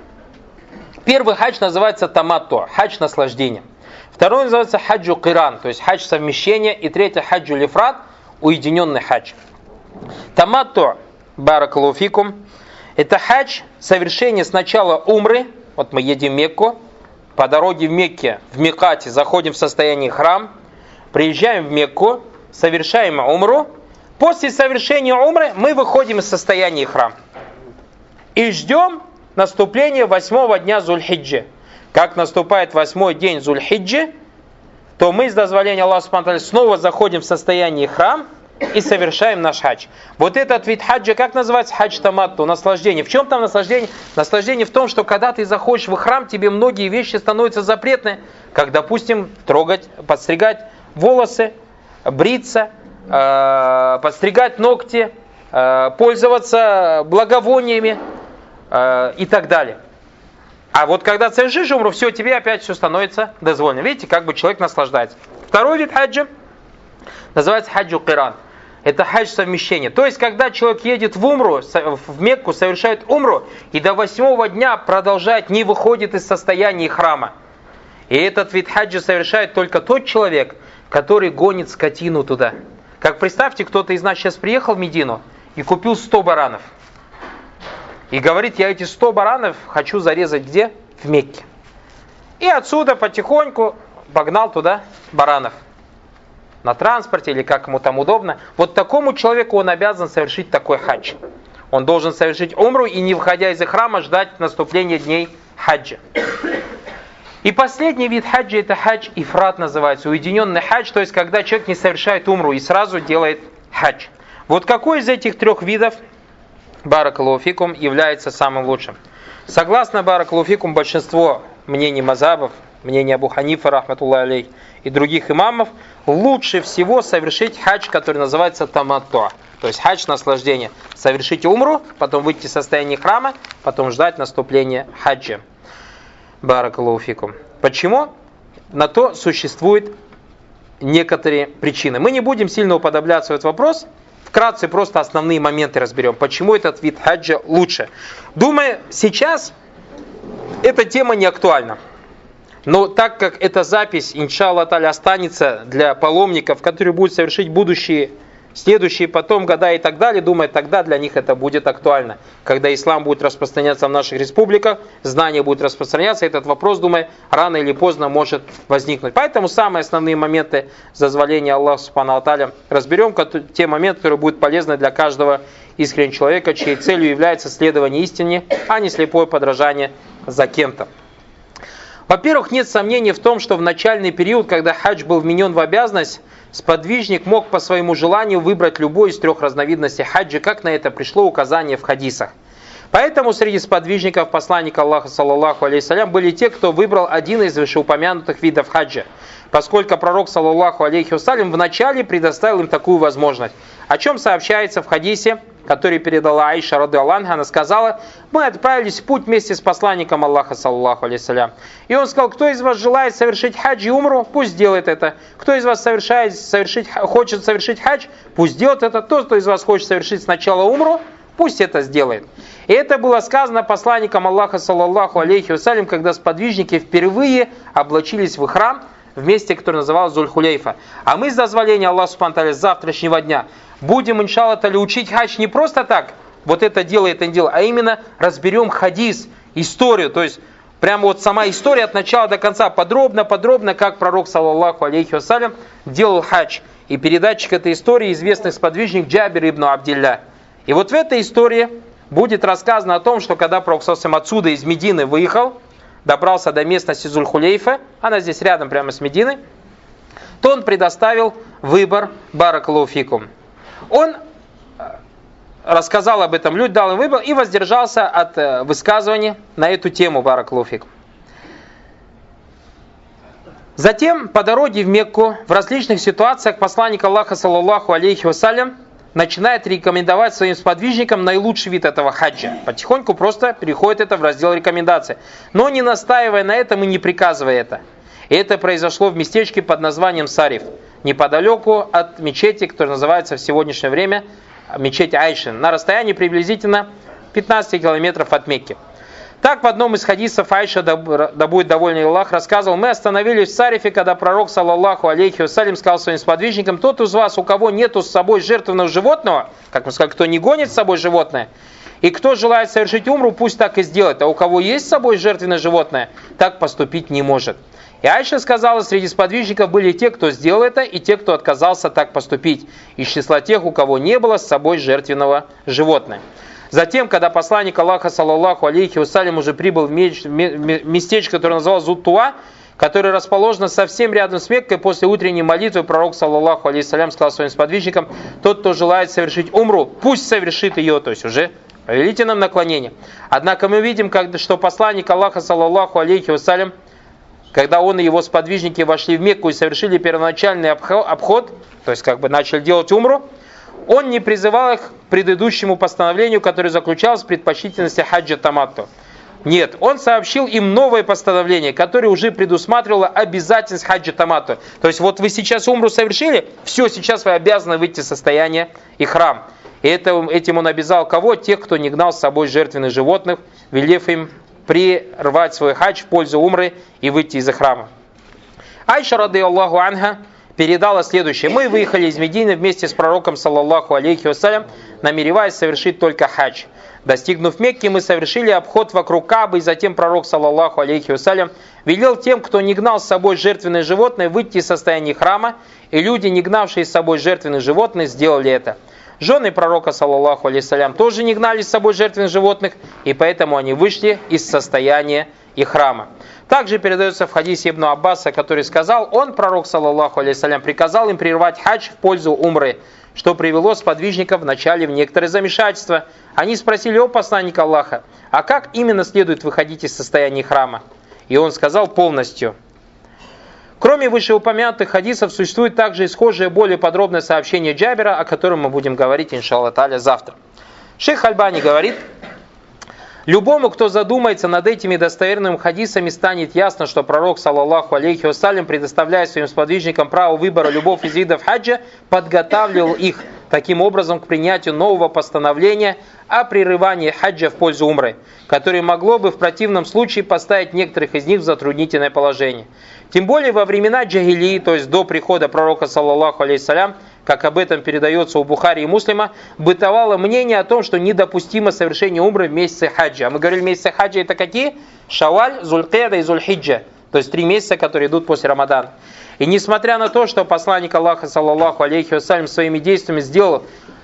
Первый хадж называется таматту, хадж наслаждения. Второй называется хаджу киран, то есть хадж совмещения. И третий хаджу лифрат, уединенный хадж. Таматту, баракаллаху фикум, это хадж, совершение сначала умры, вот мы едем в Мекку, по дороге в Мекке, в Микате, заходим в состояние храм, приезжаем в Мекку, совершаем умру, после совершения умры мы выходим из состояния храм и ждем наступления восьмого дня Зуль-Хиджи. Как наступает восьмой день Зуль-Хиджи, то мы с дозволения Аллаха субхану ва тааля снова заходим в состояние храм и совершаем наш хадж. Вот этот вид хаджа, как называется? Хадж таматту, наслаждение. В чем там наслаждение? Наслаждение в том, что когда ты заходишь в храм, тебе многие вещи становятся запретны. Как, допустим, трогать, подстригать волосы, бриться, э, подстригать ногти, э, пользоваться благовониями э, и так далее. А вот когда совершишь умру, все, тебе опять все становится дозволено. Видите, как бы человек наслаждается. Второй вид хаджа называется хаджу киран. Это хадж совмещения. То есть, когда человек едет в умру, в Мекку, совершает умру, и до восьмого дня продолжает, не выходит из состояния храма. И этот вид хаджа совершает только тот человек, который гонит скотину туда. Как представьте, кто-то из нас сейчас приехал в Медину и купил сто баранов. И говорит, я эти сто баранов хочу зарезать где? В Мекке. И отсюда потихоньку погнал туда баранов. На транспорте или как ему там удобно. Вот такому человеку он обязан совершить такой хадж. Он должен совершить умру и, не выходя из храма, ждать наступления дней хаджа. И последний вид хаджа, это хадж ифрат называется, уединенный хадж, то есть когда человек не совершает умру и сразу делает хадж. Вот какой из этих трех видов, баракаллаху фикум, является самым лучшим? Согласно баракаллаху фикум, большинство мнений мазхабов, мнение Абу Ханифа, рахматуллахи алейх, и других имамов, лучше всего совершить хадж, который называется таматту, то есть хадж наслаждения. Совершить умру, потом выйти из состояния храма, потом ждать наступления хаджа. Баракаллаху фикум. Почему? На то существуют некоторые причины. Мы не будем сильно уподобляться в этот вопрос. Вкратце просто основные моменты разберем. Почему этот вид хаджа лучше? Думаю, сейчас эта тема не актуальна. Но так как эта запись, иншаллах та'аля, останется для паломников, которые будут совершить будущие, следующие потом года и так далее, думаю, тогда для них это будет актуально. Когда ислам будет распространяться в наших республиках, знания будут распространяться, этот вопрос, думаю, рано или поздно может возникнуть. Поэтому самые основные моменты дозволения Аллаха субхану ва тааля разберем, те моменты, которые будут полезны для каждого искреннего человека, чьей целью является следование истине, а не слепое подражание за кем-то. Во-первых, нет сомнений в том, что в начальный период, когда хадж был вменен в обязанность, сподвижник мог по своему желанию выбрать любой из трех разновидностей хаджа, как на это пришло указание в хадисах. Поэтому среди сподвижников посланника Аллаха, саллаллаху алейхи салям, были те, кто выбрал один из вышеупомянутых видов хаджа, поскольку пророк, саллаллаху алейхи салям, вначале предоставил им такую возможность. О чем сообщается в хадисе, который передала Аиша, радхиаллаху анха, она сказала: мы отправились в путь вместе с посланником Аллаха, саллаллаху алейхи салям. И он сказал: кто из вас желает совершить хадж и умру, пусть сделает это. Кто из вас совершает, совершить, хочет совершить хадж, пусть сделает это. Тот, кто из вас хочет совершить сначала умру, пусть это сделает. И это было сказано посланником Аллаха, саллаллаху алейхи салям, когда сподвижники впервые облачились в храм в месте, которое называлось Зуль-Хулейфа. А мы с дозволения Аллаха субхану ва тааля с завтрашнего дня будем, иншаллах та'аля, учить хадж не просто так, вот это дело, это не дело, а именно разберем хадис, историю, то есть прямо вот сама история от начала до конца, подробно-подробно, как пророк, саллаллаху алейхи вассалям, делал хадж. И передатчик этой истории известный сподвижник Джабир ибн Абдилля. И вот в этой истории будет рассказано о том, что когда пророк саллаллаху отсюда из Медины выехал, добрался до местности Зуль-Хулейфа, она здесь рядом прямо с Мединой, то он предоставил выбор баракаллаху фикум. Он рассказал об этом людям, дал им выбор и воздержался от высказываний на эту тему баракаллаху фикум. Затем по дороге в Мекку в различных ситуациях посланник Аллаха, саллаллаху алейхи вассалям, начинает рекомендовать своим сподвижникам наилучший вид этого хаджа. Потихоньку просто переходит это в раздел рекомендаций. Но не настаивая на этом и не приказывая это. И это произошло в местечке под названием Сариф, неподалеку от мечети, которая называется в сегодняшнее время мечеть Айшин, на расстоянии приблизительно пятнадцать километров от Мекки. Так в одном из хадисов Айша, да будет доволен Аллах, рассказывал: мы остановились в Сарифе, когда пророк, саллаллаху алейхи вассалям, сказал своим сподвижникам: тот из вас, у кого нету с собой жертвенного животного, как мы сказали, кто не гонит с собой животное, и кто желает совершить умру, пусть так и сделает, а у кого есть с собой жертвенное животное, так поступить не может. И Айша сказала: среди сподвижников были те, кто сделал это, и те, кто отказался так поступить, из числа тех, у кого не было с собой жертвенного животного. Затем, когда посланник Аллаха, саллаллаху алейхи вассалям, уже прибыл в местечко, которое называлось Зут-Туа, которая расположена совсем рядом с Меккой, после утренней молитвы пророк, саллаллаху алейхиссалям, сказал своим сподвижникам: тот, кто желает совершить умру, пусть совершит ее, то есть уже повелительном наклонении. Однако мы видим, что посланник Аллаха, саллаллаху алейхи вассалям, когда он и его сподвижники вошли в Мекку и совершили первоначальный обход, то есть как бы начали делать умру, он не призывал их к предыдущему постановлению, которое заключалось в предпочтительности хаджа таматту. Нет, он сообщил им новое постановление, которое уже предусматривало обязательность хаджа таматту. То есть вот вы сейчас умру совершили, все, сейчас вы обязаны выйти из состояния ихрам. И это, этим он обязал кого? Тех, кто не гнал с собой жертвенных животных, велев им прервать свой хадж в пользу умры и выйти из храма. Айша, рады Аллаху анха, передала следующее: мы выехали из Медины вместе с пророком, саллаллаху алейхи вассалям, намереваясь совершить только хадж. Достигнув Мекки, мы совершили обход вокруг Каабы, и затем пророк, саллаллаху алейхи вассалям, велел тем, кто не гнал с собой жертвенное животное, выйти из состояния храма, и люди, не гнавшие с собой жертвенных животных, сделали это. Жены пророка, саллаллаху алейхиссалям, тоже не гнали с собой жертвенных животных, и поэтому они вышли из состояния ихрама. Также передается в хадисе Ибн Аббаса, который сказал: он, пророк, саллаллаху алейхиссалям, приказал им прервать хадж в пользу умры, что привело сподвижников вначале в некоторое замешательство. Они спросили: о посланник Аллаха, а как именно следует выходить из состояния храма? И он сказал: полностью. Кроме вышеупомянутых хадисов, существует также и схожее, более подробное сообщение Джабира, о котором мы будем говорить, иншаллах тааля, завтра. Шейх Альбани говорит: любому, кто задумается над этими достоверными хадисами, станет ясно, что пророк, саллаллаху алейхи вассалям, предоставляя своим сподвижникам право выбора любого из видов хаджа, подготавливал их таким образом к принятию нового постановления о прерывании хаджа в пользу умры, которое могло бы в противном случае поставить некоторых из них в затруднительное положение. Тем более во времена джахилии, то есть до прихода пророка, саллаллаху алейхиссалям, как об этом передается у Бухари и Муслима, бытовало мнение о том, что недопустимо совершение умры в месяце хаджа. А мы говорили, месяцы хаджа это какие? Шаваль, Зулькеда и Зульхиджа. То есть три месяца, которые идут после Рамадана. И несмотря на то, что посланник Аллаха, саллаллаху алейхи вассалям, своими действиями сделал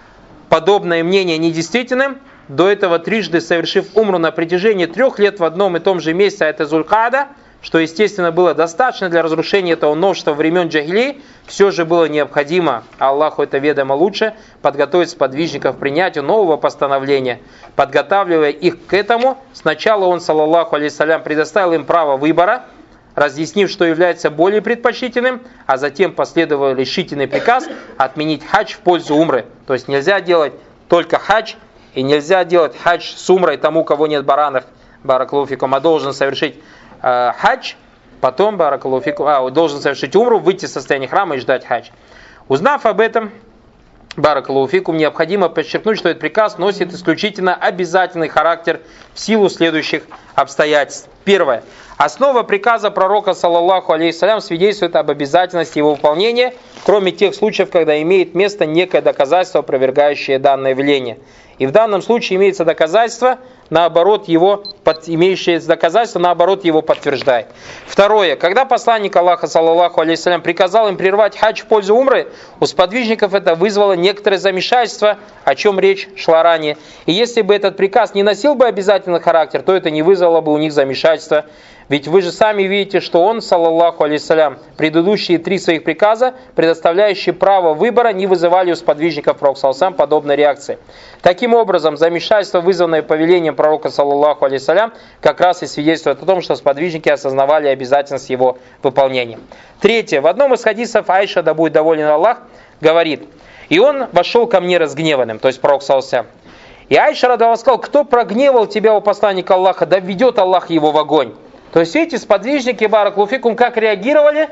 подобное мнение недействительным, до этого трижды совершив умру на протяжении трех лет в одном и том же месяце, это Зулькада, что, естественно, было достаточно для разрушения этого новшества времен джахилии, все же было необходимо, а Аллаху это ведомо лучше, подготовить сподвижников к принятию нового постановления. Подготавливая их к этому, сначала он, саллаллаху алейхиссалям, предоставил им право выбора, разъяснив, что является более предпочтительным, а затем последовал решительный приказ отменить хадж в пользу умры. То есть нельзя делать только хадж, и нельзя делать хадж с умрой тому, у кого нет баранов, баракаллаху фикум, а должен совершить э, хадж, потом баракаллаху фикум, а, должен совершить умру, выйти из состояния храма и ждать хадж. Узнав об этом, баракаллаху фикум, необходимо подчеркнуть, что этот приказ носит исключительно обязательный характер в силу следующих обстоятельств. Первое. Основа приказа пророка, саллаллаху алейхиссалям, свидетельствует об обязательности его выполнения, кроме тех случаев, когда имеет место некое доказательство, опровергающее данное веление. И в данном случае имеется доказательство, наоборот его, под, имеющее доказательство, наоборот его подтверждает. Второе. Когда посланник Аллаха, саллаллаху алейхиссалям, приказал им прервать хадж в пользу умры, у сподвижников это вызвало некоторое замешательство, о чем речь шла ранее. И если бы этот приказ не носил бы обязательный характер, то это не вызвало бы у них замешательства. Ведь вы же сами видите, что он, саллаллаху алейхиссалям, предыдущие три своих приказа, предоставляющие право выбора, не вызывали у сподвижников пророка, саллаллаху, подобной реакции. Таким образом, замешательство, вызванное повелением пророка, саллаллаху алейхиссалям, как раз и свидетельствует о том, что сподвижники осознавали обязательность его выполнения. Третье. В одном из хадисов Айша, да будет доволен Аллах, говорит: и он вошел ко мне разгневанным, то есть пророк, саллаллаху. И Айша радовала, сказал: кто прогневал тебя, у посланника Аллаха, да введет Аллах его в огонь. То есть эти сподвижники, баракаллаху фикум, как реагировали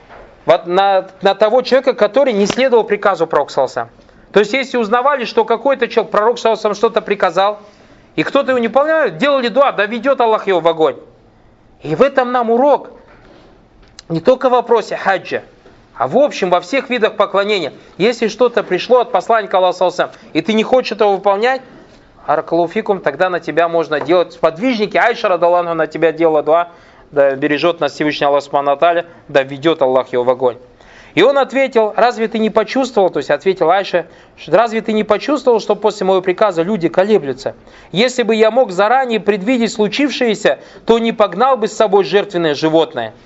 на, на того человека, который не следовал приказу пророка, саллаллаху. То есть если узнавали, что какой-то человек, пророк, саллаллаху, что-то приказал, и кто-то его не выполнял, делали дуа, да ведет Аллах его в огонь. И в этом нам урок не только в вопросе хаджа, а в общем во всех видах поклонения. Если что-то пришло от посланника Аллаха, саллаллаху, и ты не хочешь этого выполнять, баракаллаху фикум, тогда на тебя можно делать сподвижники. Айша радаллаху на тебя делала дуа, да бережет нас Всевышний Аллах субхану ва тааля, да ведет Аллах его в огонь. И он ответил: разве ты не почувствовал, то есть ответил Айша, разве ты не почувствовал, что после моего приказа люди колеблются? Если бы я мог заранее предвидеть случившееся, то не погнал бы с собой жертвенное животное.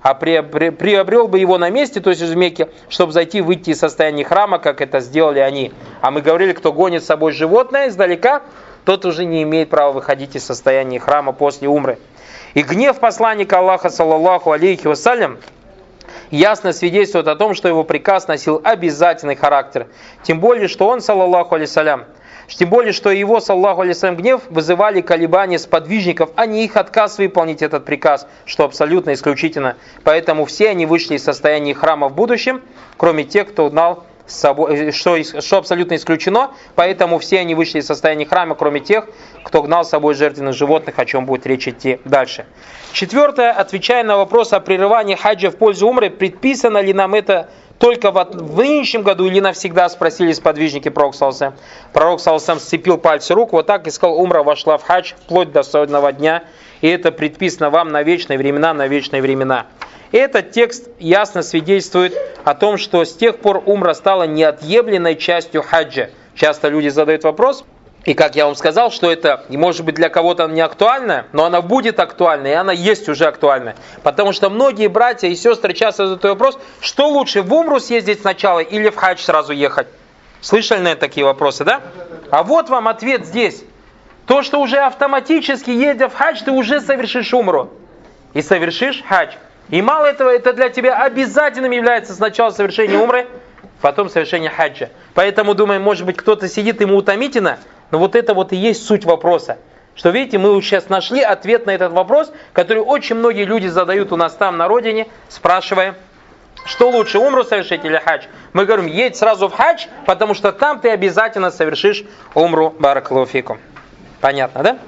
а приобрел бы его на месте, то есть в Мекке, чтобы зайти, выйти из состояния храма, как это сделали они. А мы говорили, кто гонит с собой животное издалека, тот уже не имеет права выходить из состояния храма после умры. И гнев посланника Аллаха, саллаллаху алейхи вассалям, ясно свидетельствует о том, что его приказ носил обязательный характер. Тем более, что он, саллаллаху алейхи вассалям, тем более, что его, саллаллаху алейхи вассалям, гнев вызывали колебания сподвижников, а не их отказ выполнить этот приказ, что абсолютно исключительно. Поэтому все они вышли из состояния храма в будущем, кроме тех, кто знал с собой, что, что абсолютно исключено, поэтому все они вышли из состояния храма, кроме тех, кто гнал с собой жертвенных животных, о чем будет речь идти дальше. Четвертое, отвечая на вопрос о прерывании хаджа в пользу умры, предписано ли нам это только в, в нынешнем году или навсегда, спросили сподвижники пророка саллаллаху алейхи ва саллям. Пророк саллаллаху алейхи ва саллям сцепил пальцы рук, вот так и сказал: умра вошла в хадж вплоть до судного дня, и это предписано вам на вечные времена, на вечные времена. Этот текст ясно свидетельствует о том, что с тех пор умра стала неотъемлемой частью хаджа. Часто люди задают вопрос, и как я вам сказал, что это, может быть, для кого-то не актуально, но она будет актуальна, и она есть уже актуальна. Потому что многие братья и сестры часто задают вопрос, что лучше, в умру съездить сначала или в хадж сразу ехать? Слышали, наверное, такие вопросы, да? А вот вам ответ здесь. То, что уже автоматически, едя в хадж, ты уже совершишь умру. И совершишь хадж. И мало этого, это для тебя обязательным является сначала совершение умры, потом совершение хаджа. Поэтому, думаем, может быть, кто-то сидит, ему утомительно, но вот это вот и есть суть вопроса. Что, видите, мы сейчас нашли ответ на этот вопрос, который очень многие люди задают у нас там на родине, спрашивая, что лучше, умру совершить или хадж? Мы говорим, едь сразу в хадж, потому что там ты обязательно совершишь умру, баракаллаху фикум. Понятно, да?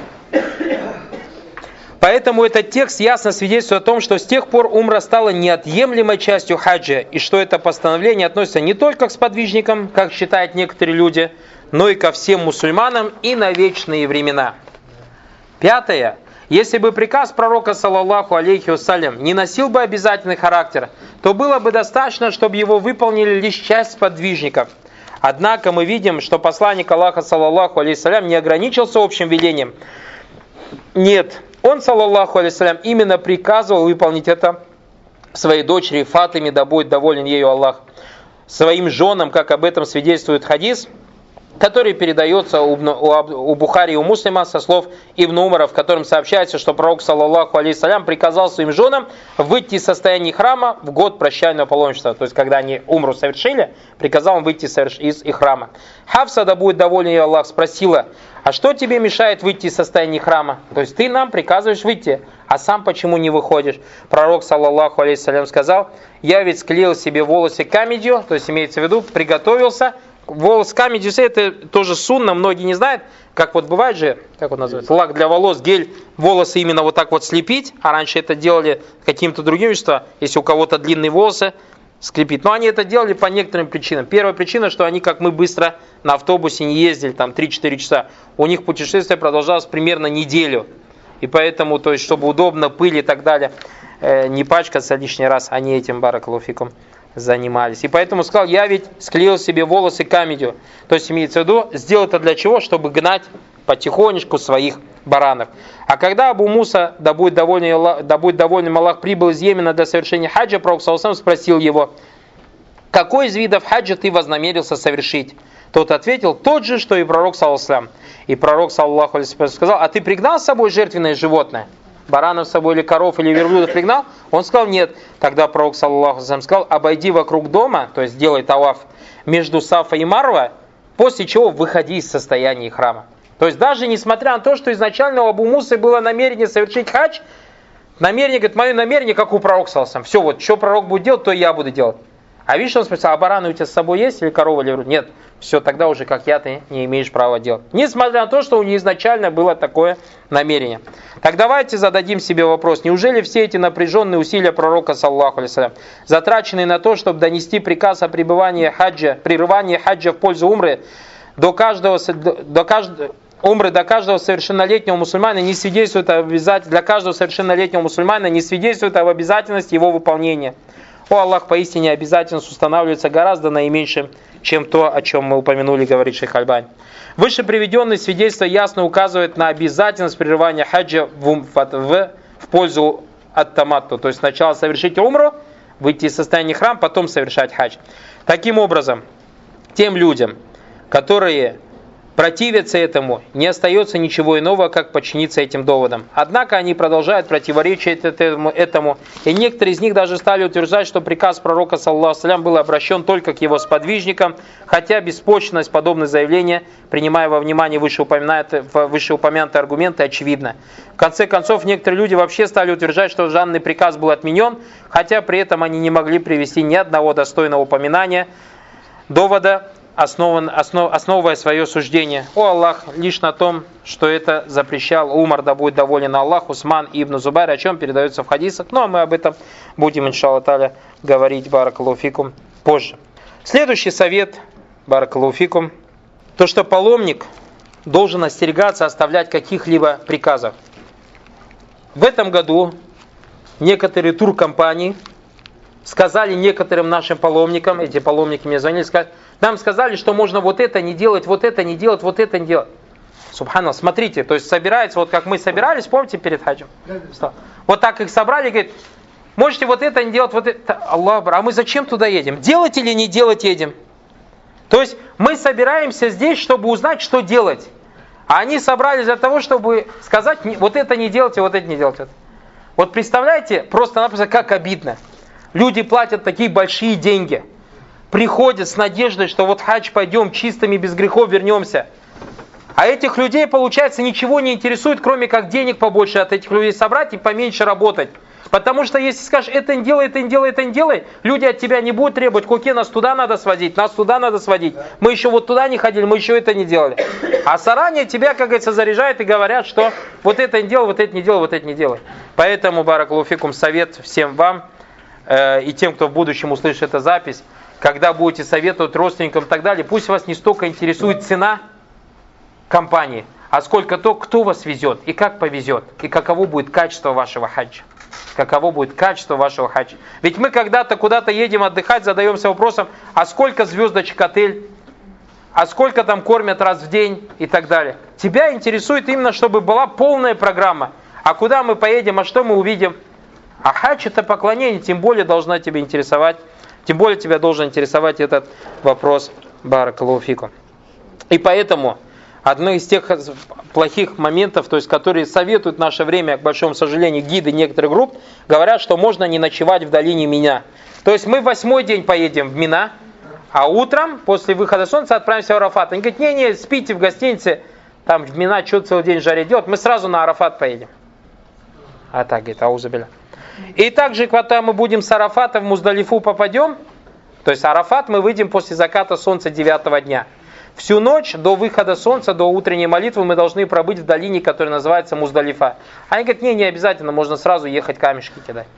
Поэтому этот текст ясно свидетельствует о том, что с тех пор умра стала неотъемлемой частью хаджа, и что это постановление относится не только к сподвижникам, как считают некоторые люди, но и ко всем мусульманам и на вечные времена. Пятое. Если бы приказ пророка, саллаллаху алейхи вассалям, не носил бы обязательный характер, то было бы достаточно, чтобы его выполнили лишь часть сподвижников. Однако мы видим, что посланник Аллаха, саллаллаху алейхи вассалям, не ограничился общим велением. Нет. Он, саллаллаху алейхи вассалям, именно приказывал выполнить это своей дочери Фатиме, да будет доволен ею Аллах, своим женам, как об этом свидетельствует хадис, который передается у, у, у Бухари и у Муслима со слов Ибн Умара, в котором сообщается, что пророк, саллаллаху алейхи вассалям, приказал своим женам выйти из состояния храма в год прощального паломничества. То есть, когда они умру совершили, приказал им выйти из их храма. Хафса, да будет доволен ею Аллах, спросила: а что тебе мешает выйти из состояния храма? То есть ты нам приказываешь выйти, а сам почему не выходишь? Пророк, саллаллаху алейхи вассалям, сказал: я ведь склеил себе волосы камедью, то есть имеется в виду, приготовился. Волос камедью, это тоже сунна, многие не знают, как вот бывает же, как он называется, лак для волос, гель, волосы именно вот так вот слепить, а раньше это делали каким-то другим веществом, если у кого-то длинные волосы, скрепить. Но они это делали по некоторым причинам. Первая причина, что они, как мы, быстро на автобусе не ездили, там три-четыре часа. У них путешествие продолжалось примерно неделю. И поэтому, то есть, чтобы удобно, пыль и так далее, э, не пачкаться лишний раз, они этим, баракаллаху фикум, занимались. И поэтому сказал: я ведь склеил себе волосы камедью. То есть, имеется в виду, сделал это для чего? Чтобы гнать потихонечку своих баранов. А когда Абу Муса, да будет доволен, да будет доволен Аллах, прибыл из Йемена для совершения хаджа, пророк саллаллаху алейхи ва саллям спросил его: какой из видов хаджа ты вознамерился совершить? Тот ответил: тот же, что и пророк саллаллаху алейхи ва саллям. И пророк саллаллаху алейхи ва саллям сказал: а ты пригнал с собой жертвенное животное? Баранов с собой или коров или верблюдов пригнал? Он сказал: нет. Тогда пророк саллаллаху алейхи ва саллям сказал: обойди вокруг дома, то есть сделай таваф между Сафа и Марва, после чего выходи из состояния храма. То есть даже несмотря на то, что изначально у Абу Мусы было намерение совершить хадж, намерение, говорит, мое намерение, как у пророка саллаллаху алейхи ва саллям. Все, вот, что пророк будет делать, то и я буду делать. А видишь, он спросил: а бараны у тебя с собой есть или корова или верблюд? Нет. Все, тогда уже, как я, ты не имеешь права делать. Несмотря на то, что у него изначально было такое намерение. Так давайте зададим себе вопрос: неужели все эти напряженные усилия пророка, саллаллаху алейхи ва саллям, затраченные на то, чтобы донести приказ о пребывании хаджа, прерывании хаджа в пользу умры до каждого, до каждого умры до каждого совершеннолетнего мусульмана не свидетельствует обязательно, для каждого совершеннолетнего мусульмана не свидетельствует об обязательности его выполнения. О Аллах, поистине обязательность устанавливается гораздо наименьшим, чем то, о чем мы упомянули, говорит шейх Альбани. Выше приведенные свидетельства ясно указывают на обязательность прерывания хаджа в, в, в пользу ат-таматту. То есть сначала совершить умру, выйти из состояния храм, потом совершать хадж. Таким образом, тем людям, которые противятся этому, не остается ничего иного, как подчиниться этим доводам. Однако они продолжают противоречить этому, этому, и некоторые из них даже стали утверждать, что приказ пророка, саллаллаху алейхи ва саллям, был обращен только к его сподвижникам, хотя беспочвенность подобных заявлений, принимая во внимание вышеупомянутые, вышеупомянутые аргументы, очевидна. В конце концов, некоторые люди вообще стали утверждать, что данный приказ был отменен, хотя при этом они не могли привести ни одного достойного упоминания, довода, Основан, основ, основывая свое суждение о Аллах лишь на том, что это запрещал Умар, да будет доволен Аллах, Усман и Ибн Зубайр, о чем передается в хадисах. Ну а мы об этом будем, иншаллах та'аля, говорить, баракаллаху фикум, позже. Следующий совет, баракаллаху фикум, то, что паломник должен остерегаться оставлять каких-либо приказов. В этом году некоторые туркомпании сказали некоторым нашим паломникам, эти паломники мне звонили, сказали, нам сказали, что можно вот это не делать, вот это не делать, вот это не делать. Субханаллах, смотрите, то есть собирается, вот как мы собирались, помните, перед хаджем? Вот так их собрали, говорит, можете вот это не делать, вот это. Аллах, а мы зачем туда едем? Делать или не делать едем? То есть мы собираемся здесь, чтобы узнать, что делать. А они собрались для того, чтобы сказать, вот это не делайте, вот это не делайте. Вот представляете, просто-напросто как обидно. Люди платят такие большие деньги. Приходят с надеждой, что вот хадж пойдем чистыми, без грехов вернемся. А этих людей, получается, ничего не интересует, кроме как денег побольше от этих людей собрать и поменьше работать. Потому что если скажешь, это не делай, это не делай, это не делай, люди от тебя не будут требовать, коке, нас туда надо сводить, нас туда надо сводить. Мы еще вот туда не ходили, мы еще это не делали. А заранее тебя, как говорится, заряжают и говорят, что вот это не делай, вот это не делай, вот это не делай. Поэтому, баракаллаху фикум, совет всем вам э, и тем, кто в будущем услышит эту запись, когда будете советовать родственникам и так далее, пусть вас не столько интересует цена компании, а сколько то, кто вас везет и как повезет, и каково будет качество вашего хаджа. Каково будет качество вашего хаджа. Ведь мы когда-то куда-то едем отдыхать, задаемся вопросом, а сколько звездочек отель, а сколько там кормят раз в день и так далее. Тебя интересует именно, чтобы была полная программа. А куда мы поедем, а что мы увидим? А хадж это поклонение, тем более должна тебя интересовать. Тем более тебя должен интересовать этот вопрос, баракаллаху фикум. И поэтому одно из тех плохих моментов, то есть которые советуют в наше время, к большому сожалению, гиды некоторых групп, говорят, что можно не ночевать в долине Мина. То есть мы восьмой день поедем в Мина, а утром, после выхода солнца, отправимся в Арафат. Они говорят, не-не, спите в гостинице, там в Мина, что целый день в жаре делать, мы сразу на Арафат поедем. А так, говорит, аузубилля. И также, когда мы будем с Арафата в Муздалифу попадем, то есть Арафат мы выйдем после заката солнца девятого дня. Всю ночь до выхода солнца, до утренней молитвы мы должны пробыть в долине, которая называется Муздалифа. Они говорят, не, не обязательно, можно сразу ехать камешки кидать.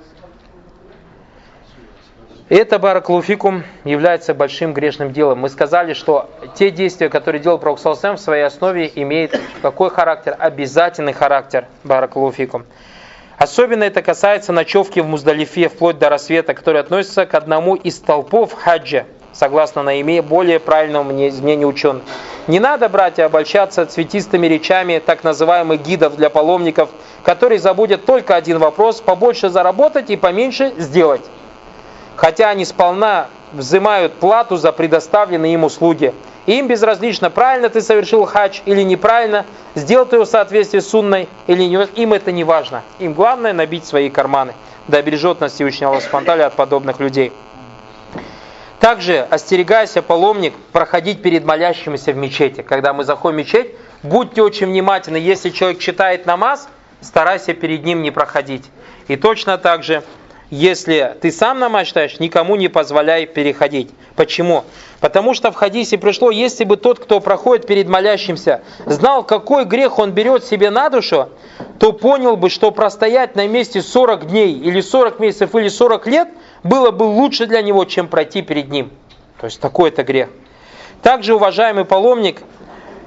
Это, баракаллаху фикум, является большим грешным делом. Мы сказали, что те действия, которые делал пророк саллаллаху алейхи ва саллям, в своей основе имеют какой характер? Обязательный характер, баракаллаху фикум. Особенно это касается ночевки в Муздалифе вплоть до рассвета, который относится к одному из столпов хаджа, согласно наиболее правильному мнению ученых. Не надо, братья, обольщаться цветистыми речами так называемых гидов для паломников, которые забудут только один вопрос: побольше заработать и поменьше сделать. Хотя они сполна взимают плату за предоставленные им услуги. И им безразлично, правильно ты совершил хадж или неправильно, сделал ты его в соответствии с сунной или нет, им это не важно. Им главное набить свои карманы. Да бережет нас Всевышний Аллах субхану ва тааля от подобных людей. Также остерегайся, паломник, проходить перед молящимися в мечети. Когда мы заходим в мечеть, будьте очень внимательны. Если человек читает намаз, старайся перед ним не проходить. И точно так же, если ты сам намаз читаешь, никому не позволяй переходить. Почему? Потому что в хадисе пришло, если бы тот, кто проходит перед молящимся, знал, какой грех он берет себе на душу, то понял бы, что простоять на месте сорок дней, или сорок месяцев, или сорок лет было бы лучше для него, чем пройти перед ним. То есть такой-то грех. Также, уважаемый паломник,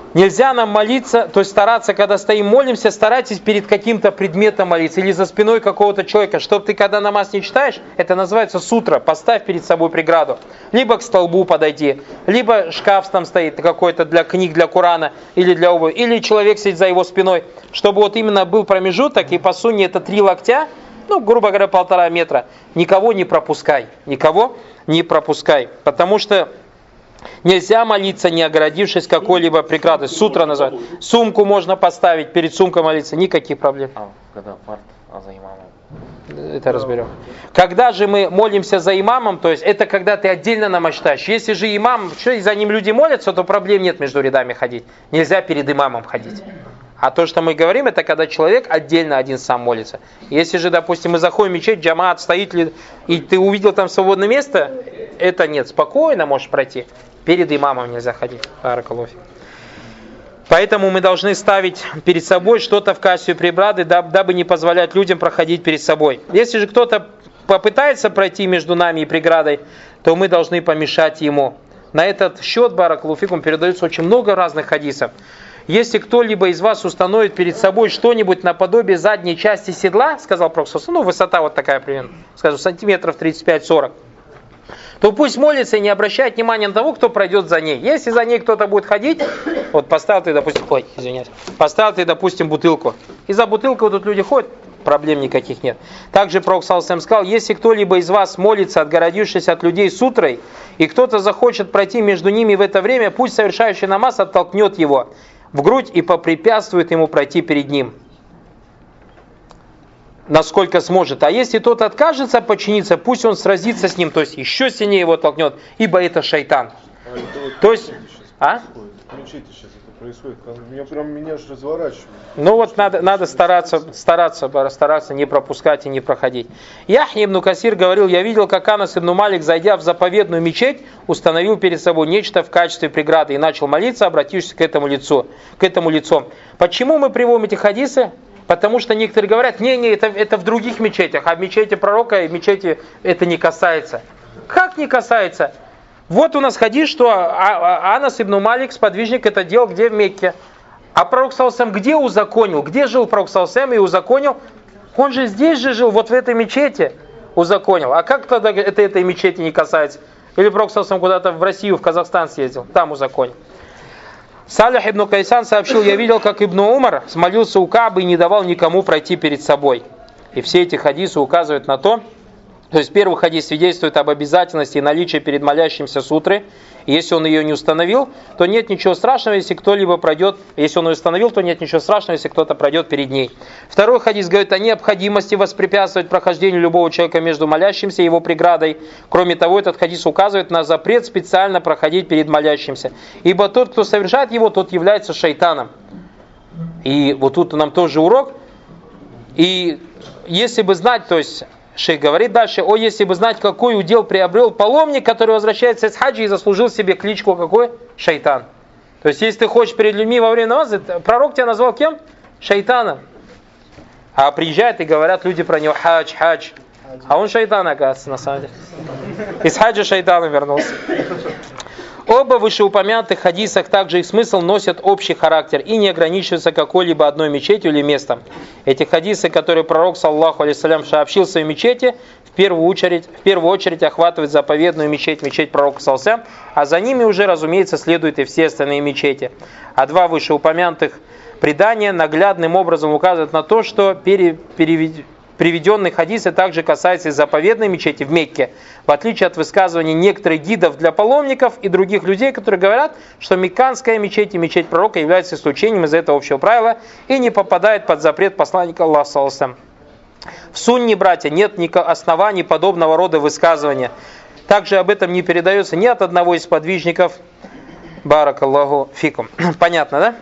Нельзя нам молиться, то есть стараться, когда стоим, молимся, старайтесь перед каким-то предметом молиться или за спиной какого-то человека, чтобы ты, когда намаз не читаешь, это называется сутра, поставь перед собой преграду. Либо к столбу подойди, либо шкаф там стоит какой-то для книг, для Корана или для обуви, или человек сидит за его спиной, чтобы вот именно был промежуток, и по сунне это три локтя, ну, грубо говоря, полтора метра, никого не пропускай, никого не пропускай, потому что нельзя молиться, не огородившись какой-либо преградой. Сутра называют. Сумку можно поставить, перед сумкой молиться, никаких проблем. А, когда фарт, а за имамом? Это разберем. Когда же мы молимся за имамом, то есть это когда ты отдельно намаз читаешь. Если же имам, что и за ним люди молятся, то проблем нет между рядами ходить. Нельзя перед имамом ходить. А то, что мы говорим, это когда человек отдельно один сам молится. Если же, допустим, мы заходим в мечеть, джамаат стоит, и ты увидел там свободное место, это нет, спокойно можешь пройти. Перед имамом нельзя ходить. Баракаллаху фик. Поэтому мы должны ставить перед собой что-то в качестве преграды, дабы не позволять людям проходить перед собой. Если же кто-то попытается пройти между нами и преградой, то мы должны помешать ему. На этот счет, баракаллаху фикум, передается очень много разных хадисов. Если кто-либо из вас установит перед собой что-нибудь наподобие задней части седла, сказал Пророк, ну высота вот такая примерно, скажем, сантиметров тридцать пять сорок, то пусть молится и не обращает внимания на того, кто пройдет за ней. Если за ней кто-то будет ходить, вот поставил ты, допустим, ой, извиняюсь, поставил ты, допустим, бутылку, и за бутылкой вот тут люди ходят, проблем никаких нет. Также Пророк саллаллаху алейхи ва саллям сказал, если кто-либо из вас молится, отгородившись от людей сутрой, и кто-то захочет пройти между ними в это время, пусть совершающий намаз оттолкнет его в грудь и попрепятствует ему пройти перед ним, насколько сможет. А если тот откажется подчиниться, пусть он сразится с ним, то есть еще сильнее его толкнет, ибо это шайтан. А это вот то есть, а? В мечети сейчас это происходит. Меня прям меня аж разворачивает. Ну вот надо, надо стараться, стараться, стараться не пропускать и не проходить. Яхья ибн Касир говорил, я видел, как Анас ибн Малик, зайдя в заповедную мечеть, установил перед собой нечто в качестве преграды и начал молиться, обратившись к этому лицу, к этому лицом. Почему мы приводим эти хадисы? Потому что некоторые говорят, не-не, это, это в других мечетях, а в мечети пророка и в мечети это не касается. Как не касается? Вот у нас хадис, что Анас ибн Малик, сподвижник, это делал где? В Мекке. А пророк саллаллаху алейхи ва саллям где узаконил? Где жил пророк саллаллаху алейхи ва саллям и узаконил? Он же здесь же жил, вот в этой мечети узаконил. А как тогда это этой мечети не касается? Или пророк саллаллаху алейхи ва саллям куда-то в Россию, в Казахстан съездил, там узаконил. Салих ибн Кайсан сообщил, я видел, как Ибн Умар смолился у Каабы и не давал никому пройти перед собой. И все эти хадисы указывают на то, то есть первый хадис свидетельствует об обязательности и наличии перед молящимся сутры. И если он ее не установил, то нет ничего страшного, если кто-либо пройдет, если он ее установил, то нет ничего страшного, если кто-то пройдет перед ней. Второй хадис говорит о необходимости воспрепятствовать прохождению любого человека между молящимся и его преградой. Кроме того, этот хадис указывает на запрет специально проходить перед молящимся. Ибо тот, кто совершает его, тот является шайтаном. И вот тут нам тоже урок. И если бы знать, то есть шейх говорит дальше, о, если бы знать, какой удел приобрел паломник, который возвращается из хаджи и заслужил себе кличку какой? Шайтан. То есть, если ты хочешь перед людьми во время намаза, пророк тебя назвал кем? Шайтаном. А приезжают и говорят люди про него, хадж, хадж. А он шайтан, оказывается, на самом деле. Из хаджа шайтаном вернулся. Оба вышеупомянутых хадисах также их смысл носят общий характер и не ограничиваются какой-либо одной мечетью или местом. Эти хадисы, которые пророк, саллаллаху алейхи ва саллям, сообщил в своей мечети, в первую очередь, в первую очередь охватывает заповедную мечеть, мечеть пророка, саллаллаху алейхи ва саллям, а за ними уже, разумеется, следуют и все остальные мечети. А два вышеупомянутых предания наглядным образом указывают на то, что пере, перевед... приведенные хадисы также касаются и заповедной мечети в Мекке, в отличие от высказываний некоторых гидов для паломников и других людей, которые говорят, что мекканская мечеть и мечеть пророка являются исключением из этого общего правила и не попадает под запрет посланника Аллаха, саллаллаху алейхи ва саллям. В сунне, братья, нет оснований подобного рода высказывания. Также об этом не передается ни от одного из подвижников. Баракаллаху фикум. Понятно, да?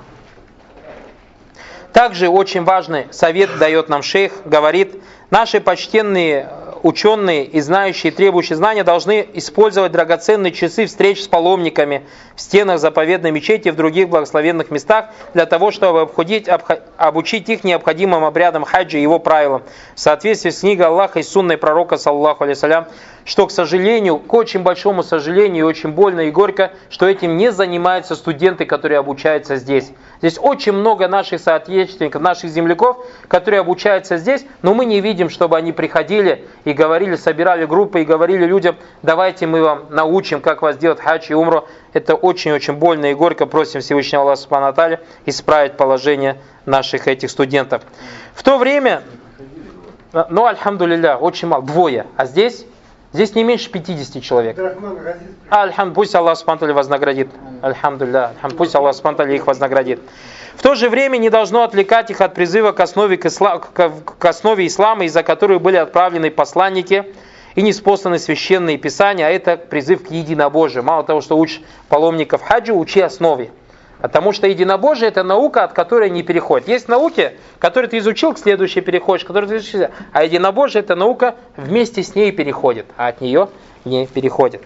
Также очень важный совет дает нам шейх, говорит, наши почтенные ученые и знающие, требующие знания должны использовать драгоценные часы встреч с паломниками в стенах заповедной мечети и в других благословенных местах для того, чтобы обходить, обх- обучить их необходимым обрядам хаджа и его правилам в соответствии с книгой Аллаха и сунной пророка, саллаллаху алейхи ва саллям, что, к сожалению, к очень большому сожалению, и очень больно и горько, что этим не занимаются студенты, которые обучаются здесь. Здесь очень много наших соотечественников, наших земляков, которые обучаются здесь, но мы не видим, чтобы они приходили и говорили, собирали группы и говорили людям: давайте мы вам научим, как вас делать хадж и умру. Это очень-очень больно и горько. Просим Всевышнего Аллаха Субхану ва Тааля исправить положение наших этих студентов. В то время, ну, альхамдулилля, очень мало, двое, а здесь... Здесь не меньше пятидесяти человек. Альхам, пусть Аллах Субхану ва Тааля вознаградит. Альхамдулилля, пусть Аллах Субхану ва Тааля их вознаградит. В то же время не должно отвлекать их от призыва к основе, к исла, к, к основе ислама, из-за которой были отправлены посланники и ниспосланы священные писания, а это призыв к единобожию. Мало того, что учишь паломников хаджу, учи основе. Потому что единобожие — это наука, от которой не переходит. Есть науки, которые ты изучил, к следующей переходишь, которые ты изучил, а единобожие — это наука вместе с ней переходит, а от нее не переходит.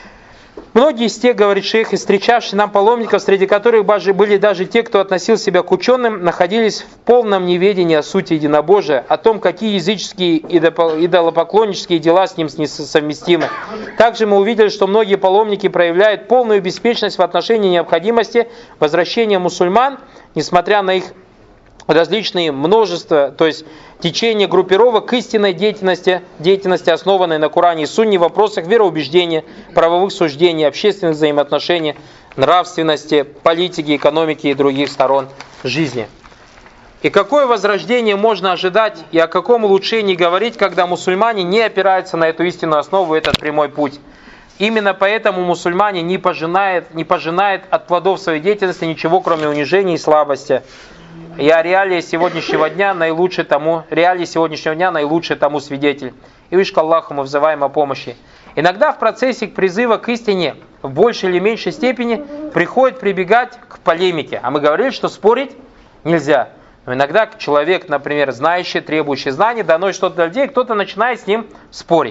Многие из тех, говорит шейх, и встречавшие нам паломников, среди которых были даже те, кто относил себя к ученым, находились в полном неведении о сути единобожия, о том, какие языческие идолопоклоннические дела с ним несовместимы. Также мы увидели, что многие паломники проявляют полную беспечность в отношении необходимости возвращения мусульман, несмотря на их различные множества, то есть течение группировок к истинной деятельности, деятельности, основанной на Коране и Сунне в вопросах вероубеждения, правовых суждений, общественных взаимоотношений, нравственности, политики, экономики и других сторон жизни. И какое возрождение можно ожидать и о каком улучшении говорить, когда мусульмане не опираются на эту истинную основу, этот прямой путь? Именно поэтому мусульмане не пожинают, не пожинают от плодов своей деятельности ничего, кроме унижения и слабости. И о реалии сегодняшнего дня наилучший тому, реалии сегодняшнего дня наилучший тому свидетель. И лишь к Аллаху мы взываем о помощи. Иногда в процессе призыва к истине в большей или меньшей степени приходит прибегать к полемике. А мы говорили, что спорить нельзя. Но иногда человек, например, знающий, требующий знаний, доносит что-то до людей, кто-то начинает с ним спорить.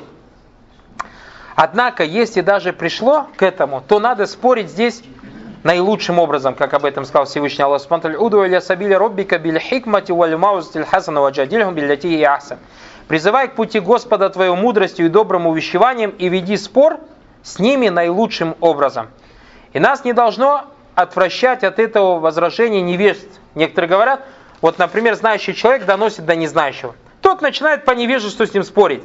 Однако, если даже пришло к этому, то надо спорить здесь наилучшим образом, как об этом сказал Всевышний Аллах Субхану ва Тааля: «Уду иля сабили роббика биль хикмати валь маузатиль хасана ваджадильхум билляти и ахсан». Призывай к пути Господа твоего мудростью и добрым увещеванием и веди спор с ними наилучшим образом. И нас не должно отвращать от этого возражения невежеств. Некоторые говорят, вот, например, знающий человек доносит до незнающего. Тот начинает по невежеству с ним спорить.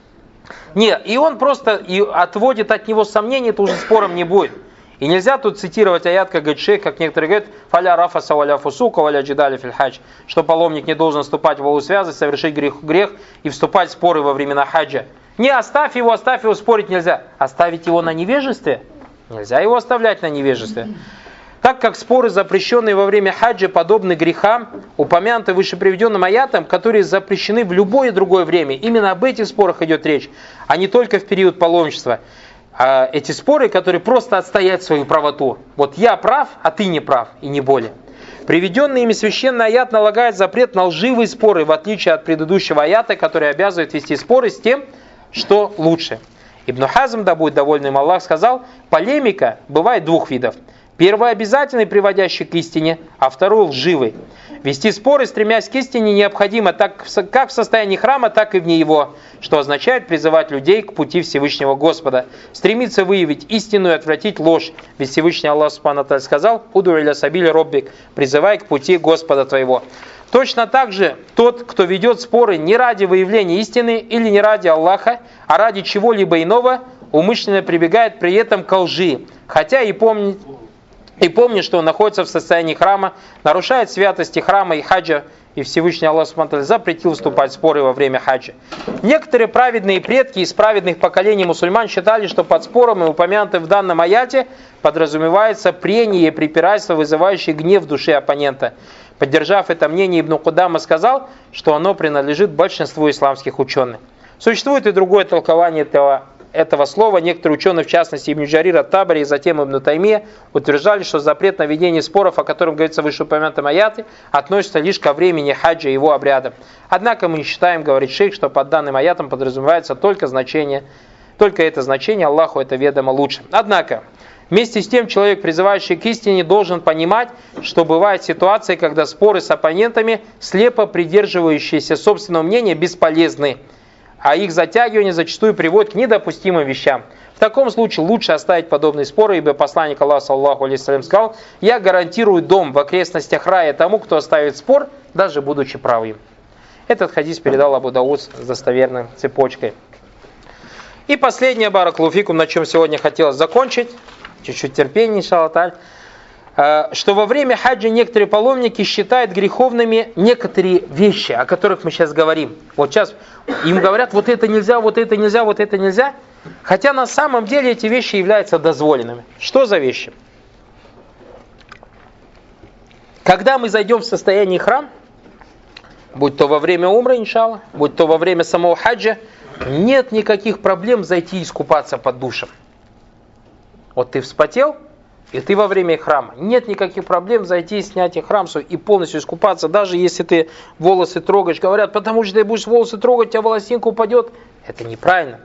Нет, и он просто и отводит от него сомнения, это уже спором не будет. И нельзя тут цитировать аят, как говорит шейх, как некоторые говорят: «Фаля рафаса валя фусука валя джидали филь хадж», что паломник не должен вступать в полусвязы, совершить грех, грех и вступать в споры во времена хаджа. Не оставь его, оставь его, спорить нельзя. Оставить его на невежестве? Нельзя его оставлять на невежестве. Так как споры, запрещенные во время хаджа, подобны грехам, упомянуты выше приведенным аятам, которые запрещены в любое другое время. Именно об этих спорах идет речь, а не только в период паломничества. А эти споры, которые просто отстоять свою правоту. Вот я прав, а ты не прав, и не более. Приведенный ими священный аят налагает запрет на лживые споры, в отличие от предыдущего аята, который обязывает вести споры с тем, что лучше. Ибн Хазм, да будет доволен им Аллах, сказал: полемика бывает двух видов. Первый обязательный, приводящий к истине, а второй лживый. Вести споры, стремясь к истине, необходимо так, как в состоянии храма, так и вне его, что означает призывать людей к пути Всевышнего Господа, стремиться выявить истину и отвратить ложь. Ведь Всевышний Аллах Субхану ва Тааля сказал: «Уду иля сабили роббик», призывай к пути Господа твоего. Точно так же тот, кто ведет споры не ради выявления истины или не ради Аллаха, а ради чего-либо иного, умышленно прибегает при этом к лжи, хотя и помнит, И помни, что он находится в состоянии храма, нарушает святости храма и хаджа, и Всевышний Аллах Субхану ва Тааля запретил вступать в споры во время хаджа. Некоторые праведные предки из праведных поколений мусульман считали, что под спором, и упомянутым в данном аяте, подразумевается прение и препирательство, вызывающее гнев в душе оппонента. Поддержав это мнение, Ибн Кудама сказал, что оно принадлежит большинству исламских ученых. Существует и другое толкование этого этого слова. Некоторые ученые, в частности Ибн Джарир ат-Табари и затем Ибн Таймия, утверждали, что запрет на ведение споров, о котором говорится в вышеупомянутом аяте, относится лишь ко времени хаджа и его обрядам. Однако мы не считаем, говорит шейх, что под данным аятом подразумевается только значение, только это значение, Аллаху это ведомо лучше. Однако, вместе с тем, человек, призывающий к истине, должен понимать, что бывают ситуации, когда споры с оппонентами, слепо придерживающиеся собственного мнения, бесполезны. а их затягивание зачастую приводит к недопустимым вещам. В таком случае лучше оставить подобные споры, ибо посланник Аллаха саллаллаху алейхи вассалям сказал: «Я гарантирую дом в окрестностях рая тому, кто оставит спор, даже будучи правым». Этот хадис передал Абу Дауд с достоверной цепочкой. И последнее, баракаллаху фикум, на чем сегодня хотелось закончить, чуть-чуть терпения, иншаллах та'аля, что во время хаджа некоторые паломники считают греховными некоторые вещи, о которых мы сейчас говорим. Вот сейчас им говорят, вот это нельзя, вот это нельзя, вот это нельзя. Хотя на самом деле эти вещи являются дозволенными. Что за вещи? Когда мы зайдем в состояние храм, будь то во время умры, иншаллах, будь то во время самого хаджа, нет никаких проблем зайти и искупаться под душем. Вот ты вспотел, и ты во время храма. Нет никаких проблем зайти, снять ихрам и полностью искупаться, даже если ты волосы трогаешь. Говорят, потому что ты будешь волосы трогать, у тебя волосинка упадет. Это неправильно.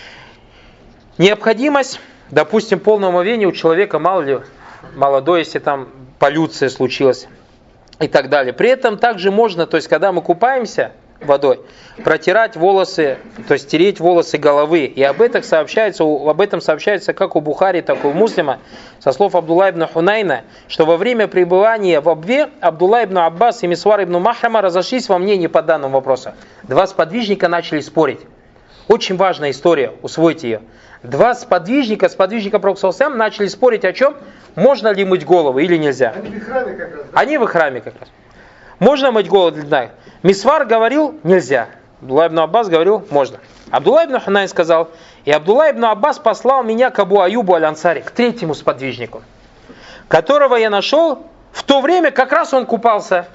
Необходимость, допустим, полного омовения у человека, мало ли, молодой, если там полюция случилась и так далее. При этом также можно, то есть когда мы купаемся водой, протирать волосы, то есть тереть волосы головы. И об этом сообщается, об этом сообщается как у Бухари, так и у Муслима, со слов Абдулла ибн Хунайна, что во время пребывания в Абве Абдулла ибн Аббас и Мисвар ибн Махрама разошлись во мнении по данному вопросу. Два сподвижника начали спорить. Очень важная история, усвойте ее. Два сподвижника, сподвижника Пророка саллаллаху алейхи ва саллям, начали спорить о чем? Можно ли мыть голову или нельзя. Они в храме как раз. Да? Они в храме как раз. Можно мыть голову или нет? Мисвар говорил нельзя. Абдулла ибн Аббас говорил можно. Абдулла ибн Хунайн сказал: и Абдулла ибн Аббас послал меня к Абу Аюбу аль-Ансари, к третьему сподвижнику, которого я нашел в то время, как раз он купался,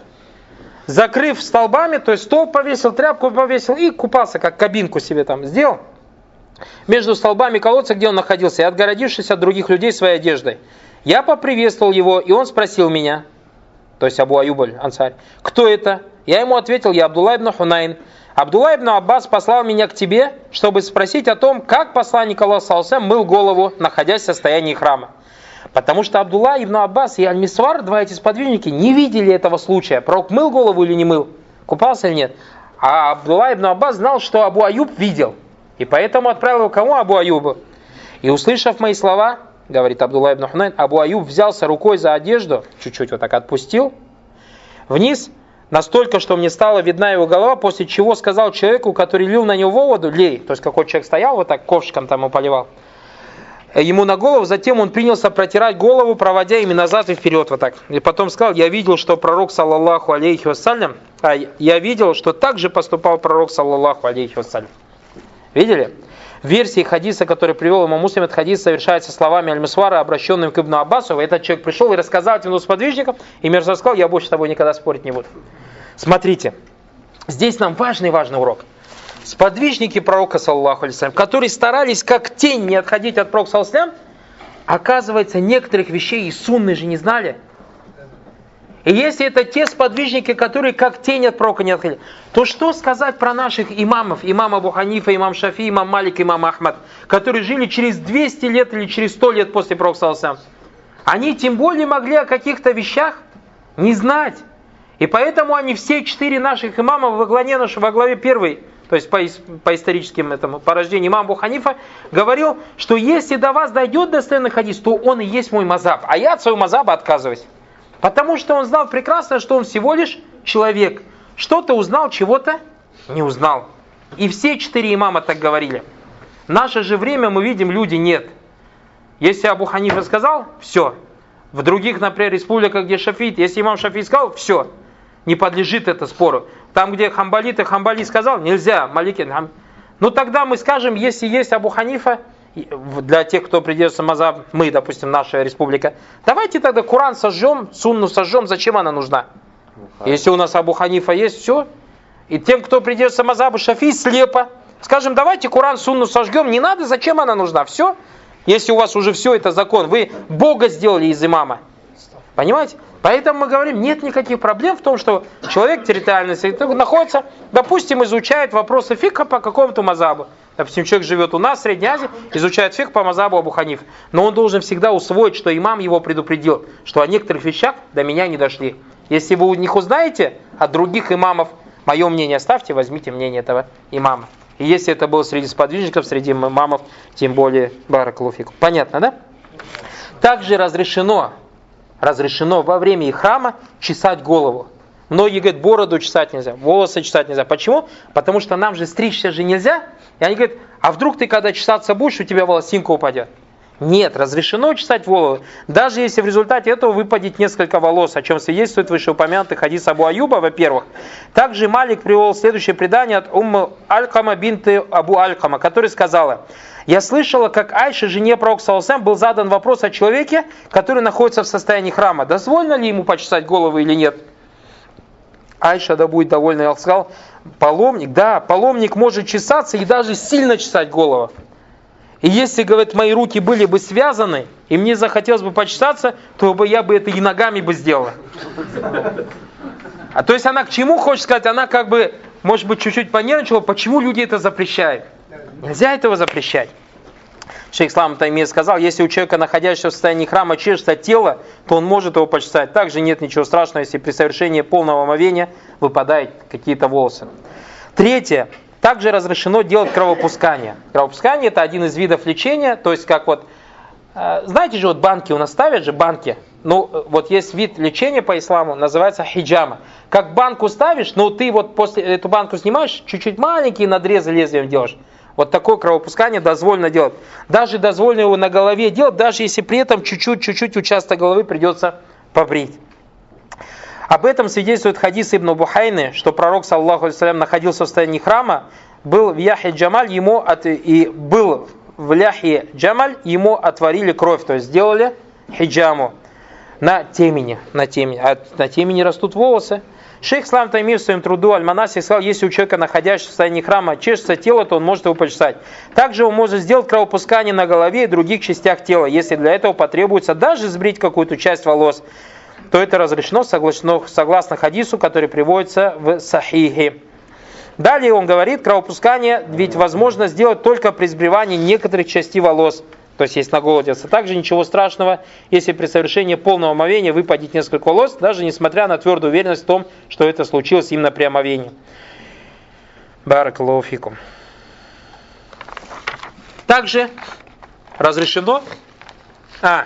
закрыв столбами, то есть столб повесил, тряпку повесил и купался, как кабинку себе там сделал, между столбами колодца, где он находился, и отгородившись от других людей своей одеждой. Я поприветствовал его, и он спросил меня, то есть Абу Аюб аль-Ансари, кто это? Я ему ответил: я Абдулла ибн Хунайн. Абдулла ибн Аббас послал меня к тебе, чтобы спросить о том, как посланник Аллаха саллаллаху алейхи ва саллям мыл голову, находясь в состоянии храма. Потому что Абдулла ибн Аббас и Аль-Мисвар, два эти сподвижники, не видели этого случая. Пророк мыл голову или не мыл, купался или нет. А Абдулла ибн Аббас знал, что Абу Аюб видел. И поэтому отправил его кому? Абу Аюбу. И услышав мои слова, говорит Абдулла ибн Хунайн, Абу Аюб взялся рукой за одежду, чуть-чуть вот так отпустил, вниз, настолько, что мне стала видна его голова, после чего сказал человеку, который лил на него воду, лей, то есть какой человек стоял, вот так ковшиком там и поливал, ему на голову, затем он принялся протирать голову, проводя ими назад и вперед вот так. И потом сказал: я видел, что пророк, саллаллаху алейхи вассалям, а я видел, что так же поступал пророк, саллаллаху алейхи вассалям. Видели? В версии хадиса, который привел имам Муслим, этот хадис совершается словами Аль-Мисвара, обращенным к Ибну Аббасу. Этот человек пришел и рассказал этим сподвижникам, и Мирза сказал: я больше с тобой никогда спорить не буду. Смотрите, здесь нам важный-важный урок. Сподвижники пророка, саллаллаху алейхи ва саллям, которые старались как тень не отходить от пророка, саллаллаху алейхи ва саллям, оказывается, некоторых вещей и сунны же не знали. И если это те сподвижники, которые как тень от пророка не отходили, то что сказать про наших имамов, имам Абу Ханифа, имам Шафи, имам Малик, имам Ахмад, которые жили через двести лет или через сто лет после пророка, саллаллаху алейхи ва саллям? Они тем более могли о каких-то вещах не знать. И поэтому они все четыре наших имама во главе, во главе первой, то есть по, по историческим этому, по рождению имам Абу Ханифа, говорил, что если до вас дойдет достоверный хадис, то он и есть мой мазаб. А я от своего мазаба отказываюсь. Потому что он знал прекрасно, что он всего лишь человек. Что-то узнал, чего-то не узнал. И все четыре имама так говорили. В наше же время мы видим, люди нет. Если Абу Ханифа сказал, все. В других, например, республиках, где шафиит, если имам Шафи сказал, все. Не подлежит это спору. Там, где хамбалит и хамбали сказал, нельзя, малики. Ну тогда мы скажем, если есть Абу Ханифа, для тех, кто придерживается мазаб, мы, допустим, наша республика, давайте тогда Коран сожжем, сунну сожжем, зачем она нужна? Если у нас Абу Ханифа есть, все. И тем, кто придерживается мазаба Шафи, слепо, скажем, давайте Коран, сунну сожгем, не надо, зачем она нужна? Все. Если у вас уже все это закон, вы Бога сделали из имама. Понимаете? Поэтому мы говорим, нет никаких проблем в том, что человек территориально находится, допустим, изучает вопросы фикха по какому-то мазабу. Допустим, человек живет у нас в Средней Азии, изучает фикх по мазабу Абу Ханиф. Но он должен всегда усвоить, что имам его предупредил, что о некоторых вещах до меня не дошли. Если вы у них узнаете, от других имамов Мое мнение оставьте, возьмите мнение этого имама. И если это было среди сподвижников, среди имамов, тем более баракаллаху фикум. Понятно, да? Также разрешено, разрешено во время ихрама чесать голову. Многие говорят, бороду чесать нельзя, волосы чесать нельзя. Почему? Потому что нам же стричься же нельзя. И они говорят, а вдруг ты когда чесаться будешь, у тебя волосинка упадет. Нет, разрешено чесать голову, даже если в результате этого выпадет несколько волос, о чем свидетельствует вышеупомянутый хадис Абу Аюба, во-первых. Также Малик привел следующее предание от Умму Алькама бинты Абу Алькама, которая сказала: «Я слышала, как Айше, жене пророка саллаллаху алейхи ва саллям, был задан вопрос о человеке, который находится в состоянии храма. Дозволено ли ему почесать голову или нет?» Айша, да будет довольна, я сказал, паломник, да, паломник может чесаться и даже сильно чесать голову. И если, говорит, мои руки были бы связаны, и мне захотелось бы почесаться, то бы я бы это и ногами бы сделала. А то есть она к чему хочет сказать? Она как бы, может быть, чуть-чуть понервничала, почему люди это запрещают. Нельзя этого запрещать. Шейх Ислам Таймия сказал, если у человека, находящегося в состоянии храма, чешется тело, то он может его почесать. Также нет ничего страшного, если при совершении полного омовения выпадают какие-то волосы. Третье. Также разрешено делать кровопускание. Кровопускание — это один из видов лечения, то есть как вот, знаете же, вот банки у нас ставят же, банки. Ну, вот есть вид лечения по исламу, называется хиджама. Как банку ставишь, но ты вот после эту банку снимаешь, чуть-чуть маленькие надрезы лезвием делаешь. Вот такое кровопускание дозволено делать. Даже дозволено его на голове делать, даже если при этом чуть-чуть, чуть-чуть участок головы придется побрить. Об этом свидетельствует хадис Ибн Бухайны, что пророк, саллаллаху алейхи ва саллям, находился в состоянии храма, был в Яхе Джамаль, ему от, и был в Ляхе Джамаль, ему отварили кровь, то есть сделали хиджаму на темени, на темени, а на темени растут волосы. Шейх Ислам Таймия в своем труду Аль-Манаси сказал, если у человека, находящегося в состоянии храма, чешется тело, то он может его почесать. Также он может сделать кровопускание на голове и других частях тела, если для этого потребуется даже сбрить какую-то часть волос, то это разрешено согласно, согласно хадису, который приводится в Сахихе. Далее он говорит, кровопускание ведь возможно сделать только при сбривании некоторых частей волос, то есть есть на голову делается. Также ничего страшного, если при совершении полного омовения выпадет несколько волос, даже несмотря на твердую уверенность в том, что это случилось именно при омовении. Баракаллаху фикум. Также разрешено... А,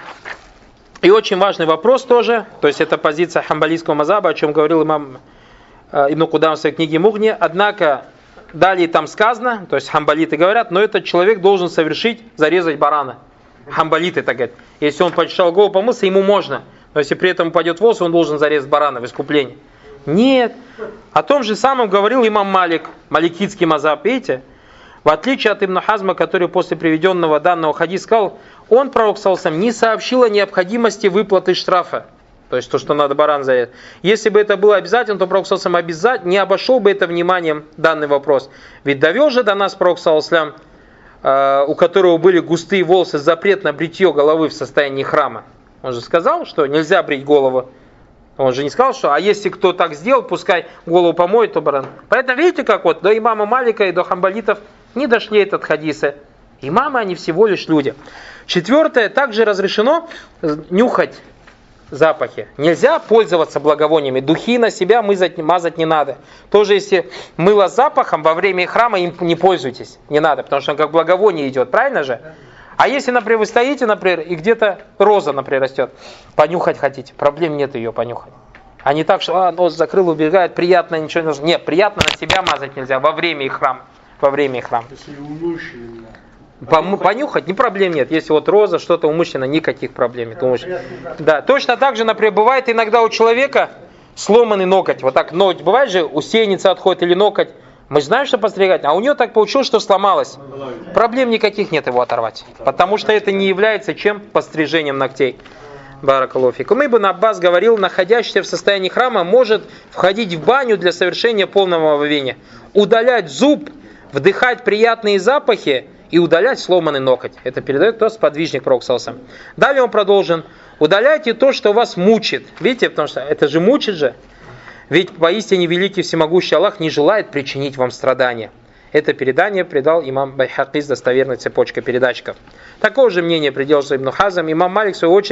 и очень важный вопрос тоже, то есть это позиция хамбалийского мазаба, о чем говорил имам э, Ибн Кудам в своей книге Мугни. Однако далее там сказано, то есть хамбалиты говорят, но этот человек должен совершить, зарезать барана. Хамбалиты так говорят. Если он почесал голову, помылся, ему можно. Но если при этом упадет волос, он должен зарезать барана в искупление. Нет. О том же самом говорил имам Малик, маликитский мазаб, видите? В отличие от Ибн Хазма, который после приведенного данного хадиса сказал, он, пророк саллаллаху алейхи ва саллям, не сообщил о необходимости выплаты штрафа. То есть то, что надо баран зарезать. Если бы это было обязательно, то пророк саллаллаху алейхи ва саллям обязательно не обошел бы это вниманием данный вопрос. Ведь довел же до нас пророк саллаллаху алейхи ва саллям, у которого были густые волосы, запрет на бритье головы в состоянии храма. Он же сказал, что нельзя брить голову. Он же не сказал, что а если кто так сделал, пускай голову помоет, то баран. Поэтому видите, как вот до имама Малика и до хамбалитов не дошли этот хадисы. Имамы, они всего лишь люди. Четвертое, также разрешено нюхать запахи. Нельзя пользоваться благовониями. Духи на себя мазать, мазать не надо. Тоже если мыло с запахом, во время храма им не пользуйтесь. Не надо, потому что он как благовоние идет, правильно же? А если, например, вы стоите, например, и где-то роза, например, растет, понюхать хотите, проблем нет ее понюхать. А не так, что а, нос закрыл, убегает, приятно, ничего не нужно. Нет, приятно на себя мазать нельзя во время их храма. Во время их храма. Если умышленно. Понюхать. понюхать, не проблем нет. Если вот роза, что-то умышленно, никаких проблем нет. Умышленно. Да, точно так же, например, бывает иногда у человека сломанный ноготь. Вот так ноготь, бывает же, у сеницы отходит или ноготь. Мы знаем, что постригать, а у нее так получилось, что сломалось. Проблем никаких нет его оторвать. Потому что это не является чем? Пострижением ногтей. Баракаллаху фикум. Ибн Аббас говорил, находящийся в состоянии храма может входить в баню для совершения полного омовения, удалять зуб, вдыхать приятные запахи и удалять сломанный ноготь. Это передает кто? Сподвижник пророка саллаллаху алейхи ва саллям. Далее он продолжен. Удаляйте то, что вас мучит. Видите, потому что это же мучит же. Ведь поистине великий всемогущий Аллах не желает причинить вам страдания. Это передание придал имам Байхаки с достоверной цепочкой передатчиков. Такого же мнения придерживался Ибн Хазм. Имам Малик, в свою очередь,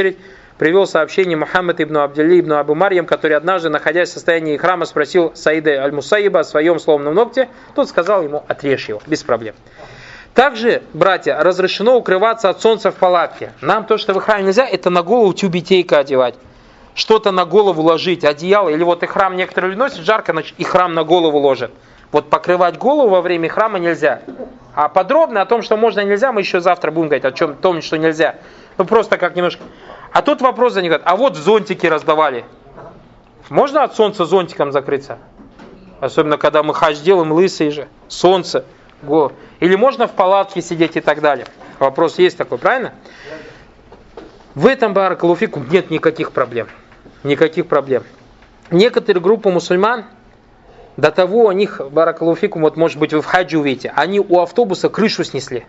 привел сообщение Мухаммад ибн Абдилли ибн Абу Марьям, который однажды, находясь в состоянии храма, спросил Саида аль-Мусайиба о своем сломанном ногте. Тот сказал ему: отрежь его, без проблем. Также, братья, разрешено укрываться от солнца в палатке. Нам то, что в храме нельзя, это на голову тюбетейка одевать. Что-то на голову ложить, одеяло. Или вот и храм некоторые носят, жарко, значит, и храм на голову ложат. Вот покрывать голову во время храма нельзя. А подробно о том, что можно и нельзя, мы еще завтра будем говорить, о чем, том, что нельзя. Ну просто как немножко. А тут вопрос возникает, а вот зонтики раздавали. Можно от солнца зонтиком закрыться? Особенно, когда мы хадж делаем, лысые же. Солнце. Го. Или можно в палатке сидеть и так далее. Вопрос есть такой, правильно? В этом, баракаллаху фикум, нет никаких проблем. Никаких проблем. Некоторые группы мусульман, до того у них, баракаллаху фикум, вот может быть вы в хаджи увидите, они у автобуса крышу снесли.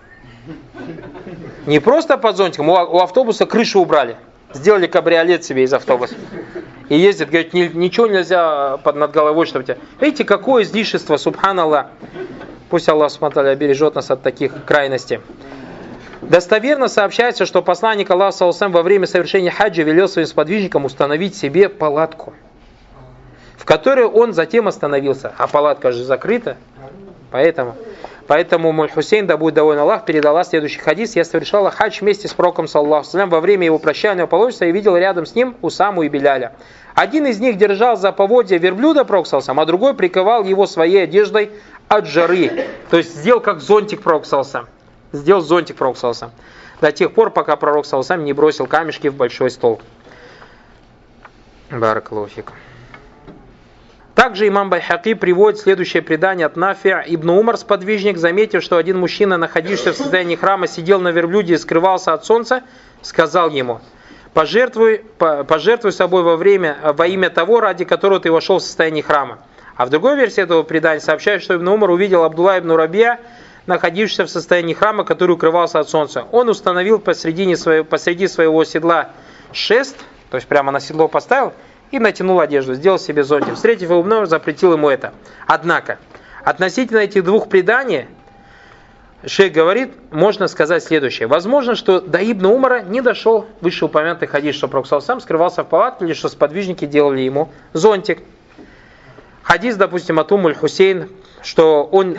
Не просто под зонтиком, у автобуса крышу убрали. Сделали кабриолет себе из автобуса. И ездят, говорят, ничего нельзя под над головой, чтобы тебя... Видите, какое излишество, субханаллах. Пусть Аллах субхану ва тааля бережет нас от таких крайностей. Достоверно сообщается, что посланник Аллаха саллаллаху алейхи ва саллям во время совершения хаджа велел своим сподвижникам установить себе палатку, в которой он затем остановился. А палатка же закрыта. Поэтому, поэтому мой Хусейн, да будет доволен Аллах, передала следующий хадис. Я совершала хадж вместе с пророком саллаллаху алейхи ва саллям во время его прощального паломничества и видел рядом с ним Усаму и Биляля. Один из них держал за поводья верблюда пророк саллаллаху алейхи ва саллям, а другой приковал его своей одеждой от жары. То есть сделал как зонтик пророк саллаллаху алейхи ва саллям. Сделал зонтик пророк саллаллаху алейхи ва саллям. До тех пор, пока пророк саллаллаху алейхи ва саллям не бросил камешки в большой стол. Баракаллаху фикум. Также имам Байхаки приводит следующее предание от Нафи'а. Ибн Умар, сподвижник, заметив, что один мужчина, находившийся в состоянии храма, сидел на верблюде и скрывался от солнца, сказал ему: пожертвуй, пожертвуй собой во, время, во имя того, ради которого ты вошел в состояние храма. А в другой версии этого предания сообщают, что Ибн Умар увидел Абдулла ибн Рабия, находившегося в состоянии храма, который укрывался от солнца. Он установил посреди своего, посреди своего седла шест, то есть прямо на седло поставил, и натянул одежду, сделал себе зонтик. Встретив его, Ибн Умар запретил ему это. Однако, относительно этих двух преданий, шейх говорит, можно сказать следующее. Возможно, что до Ибн Умара не дошел вышеупомянутый хадис, что пророк саллаллаху алейхи ва саллям скрывался в палатке, или что сподвижники делали ему зонтик. Хадис, допустим, от Уммуль Хусейн, что он,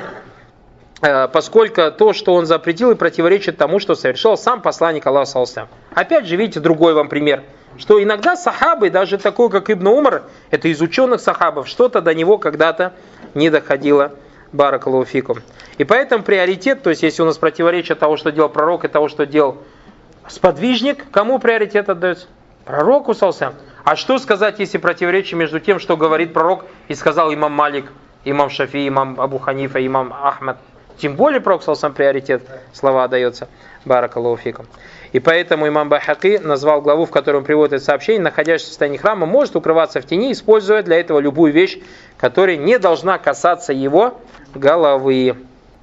э, поскольку то, что он запретил, и противоречит тому, что совершил сам посланник Аллаха саллаллаху алейхи ва саллям. Опять же, видите, другой вам пример. Что иногда сахабы, даже такой, как Ибн Умар, это из ученых сахабов, что-то до него когда-то не доходило. Баракаллаху фикум. И поэтому приоритет, то есть если у нас противоречие того, что делал пророк, и того, что делал сподвижник, кому приоритет отдается? Пророку саллаллаху алейхи ва саллям. А что сказать, если противоречие между тем, что говорит пророк, и сказал имам Малик, имам Шафи, имам Абу Ханифа, имам Ахмад? Тем более пророк саллаллаху алейхи ва саллям приоритет, слова отдается. Баракаллаху фикум. И поэтому имам Байхаки назвал главу, в которой он приводит это сообщение: находящийся в состоянии храма может укрываться в тени, используя для этого любую вещь, которая не должна касаться его головы.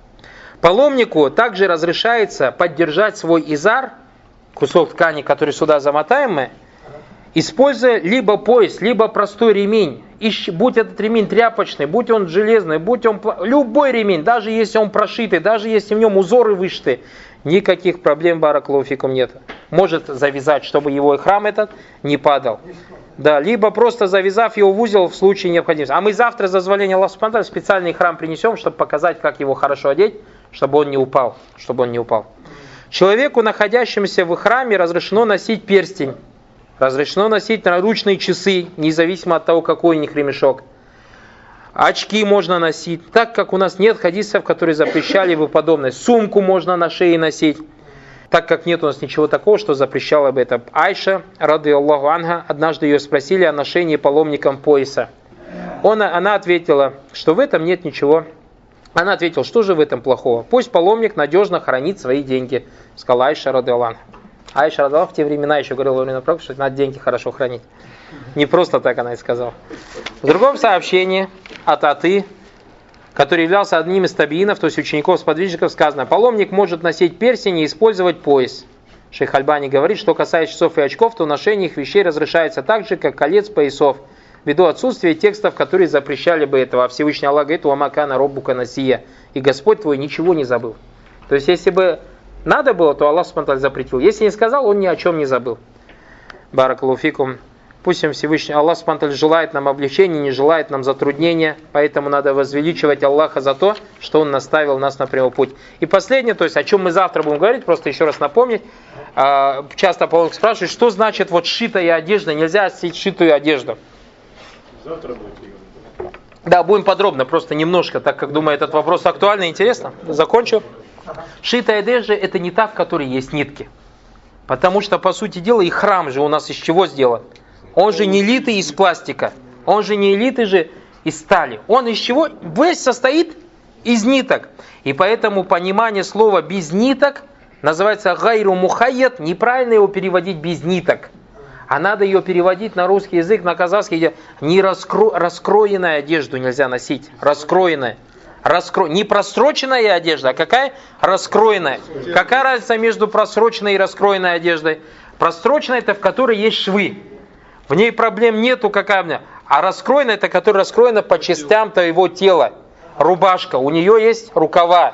Паломнику также разрешается поддержать свой изар, кусок ткани, который сюда замотаемый, используя либо пояс, либо простой ремень. И будь этот ремень тряпочный, будь он железный, будь он любой ремень, даже если он прошитый, даже если в нем узоры вышиты, никаких проблем, баракаллаху фикум, нет. Может завязать, чтобы его храм этот не падал. Да, либо просто завязав его в узел в случае необходимости. А мы завтра, за дозволение Аллаха субхану ва тааля, специальный храм принесем, чтобы показать, как его хорошо одеть, чтобы он не упал. Чтобы он не упал. Человеку, находящемуся в храме, разрешено носить перстень. Разрешено носить наручные часы, независимо от того, какой у них ремешок. Очки можно носить, так как у нас нет хадисов, которые запрещали бы подобное. Сумку можно на шее носить, так как нет у нас ничего такого, что запрещало бы это. Айша, ради Аллаху анха, однажды ее спросили о ношении паломником пояса. Он, она ответила, что в этом нет ничего. Она ответила, что же в этом плохого? Пусть паломник надежно хранит свои деньги, сказала Айша, ради Аллаху анха. Айша ради Аллаху в те времена еще говорила во время пророка, что надо деньги хорошо хранить. Не просто так она и сказала. В другом сообщении от Аты, который являлся одним из табиинов, то есть учеников-сподвижников, сказано: паломник может носить перстень и использовать пояс. Шейх Альбани говорит, что касается часов и очков, то ношение их вещей разрешается так же, как колец, поясов, ввиду отсутствия текстов, которые запрещали бы этого. А Всевышний Аллах говорит: «Уамакана роббука насия», и Господь твой ничего не забыл. То есть, если бы надо было, то Аллах субхану ва тааля запретил. Если не сказал, он ни о чем не забыл. Баракаллаху фикум. Пусть им Всевышний Аллах субхану ва тааля желает нам облегчения, не желает нам затруднения, поэтому надо возвеличивать Аллаха за то, что Он наставил нас на прямой путь. И последнее, то есть о чем мы завтра будем говорить, просто еще раз напомнить, часто Павел спрашивает, что значит вот сшитая одежда, нельзя носить сшитую одежду. Завтра будет. Да, будем подробно, просто немножко, так как, думаю, этот вопрос актуальный и интересно. Закончу. Шитая одежда это не та, в которой есть нитки. Потому что, по сути дела, и храм же у нас из чего сделан? Он же не литый из пластика. Он же не литый же из стали. Он из чего? Весь состоит из ниток. И поэтому понимание слова без ниток называется гайру мухайят. Неправильно его переводить без ниток. А надо ее переводить на русский язык, на казахский, где не раскро... раскроенную одежду нельзя носить. Раскроенная. Раскро... Не просроченная одежда, а какая? Раскроенная. Какая разница между просроченной и раскроенной одеждой? Просроченная это в которой есть швы. В ней проблем нету, какая у меня. А раскроенная это которая раскроена по частям твоего тела. Рубашка, у нее есть рукава.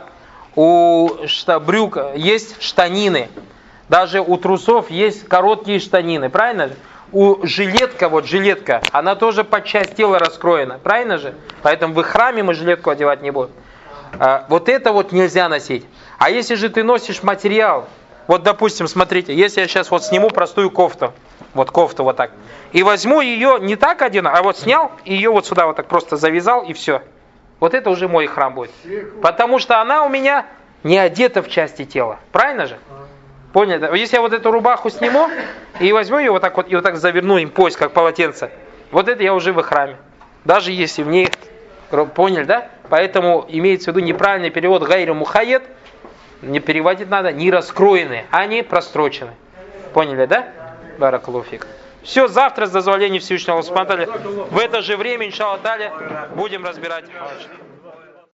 У брюк есть штанины. Даже у трусов есть короткие штанины, правильно же? У жилетка, вот жилетка, она тоже под часть тела раскроена, правильно же? Поэтому в храме мы жилетку одевать не будем. А, вот это вот нельзя носить. А если же ты носишь материал, вот допустим, смотрите, если я сейчас вот сниму простую кофту, вот кофту вот так, и возьму ее не так одену, а вот снял, и ее вот сюда вот так просто завязал, и все. Вот это уже мой храм будет. Потому что она у меня не одета в части тела, правильно же? Поняли? Если я вот эту рубаху сниму и возьму ее вот так вот и вот так заверну им пояс, как полотенце, вот это я уже в храме. Даже если в ней... Поняли, да? Поэтому имеется в виду неправильный перевод гайру мухайят. Не переводить надо не раскроенные, а не простроченные. Поняли, да? Баракаллаху фик. Все, завтра с дозволения Всевышнего Аллаха субхану ва тааля в это же время, иншаллах тааля, будем разбирать.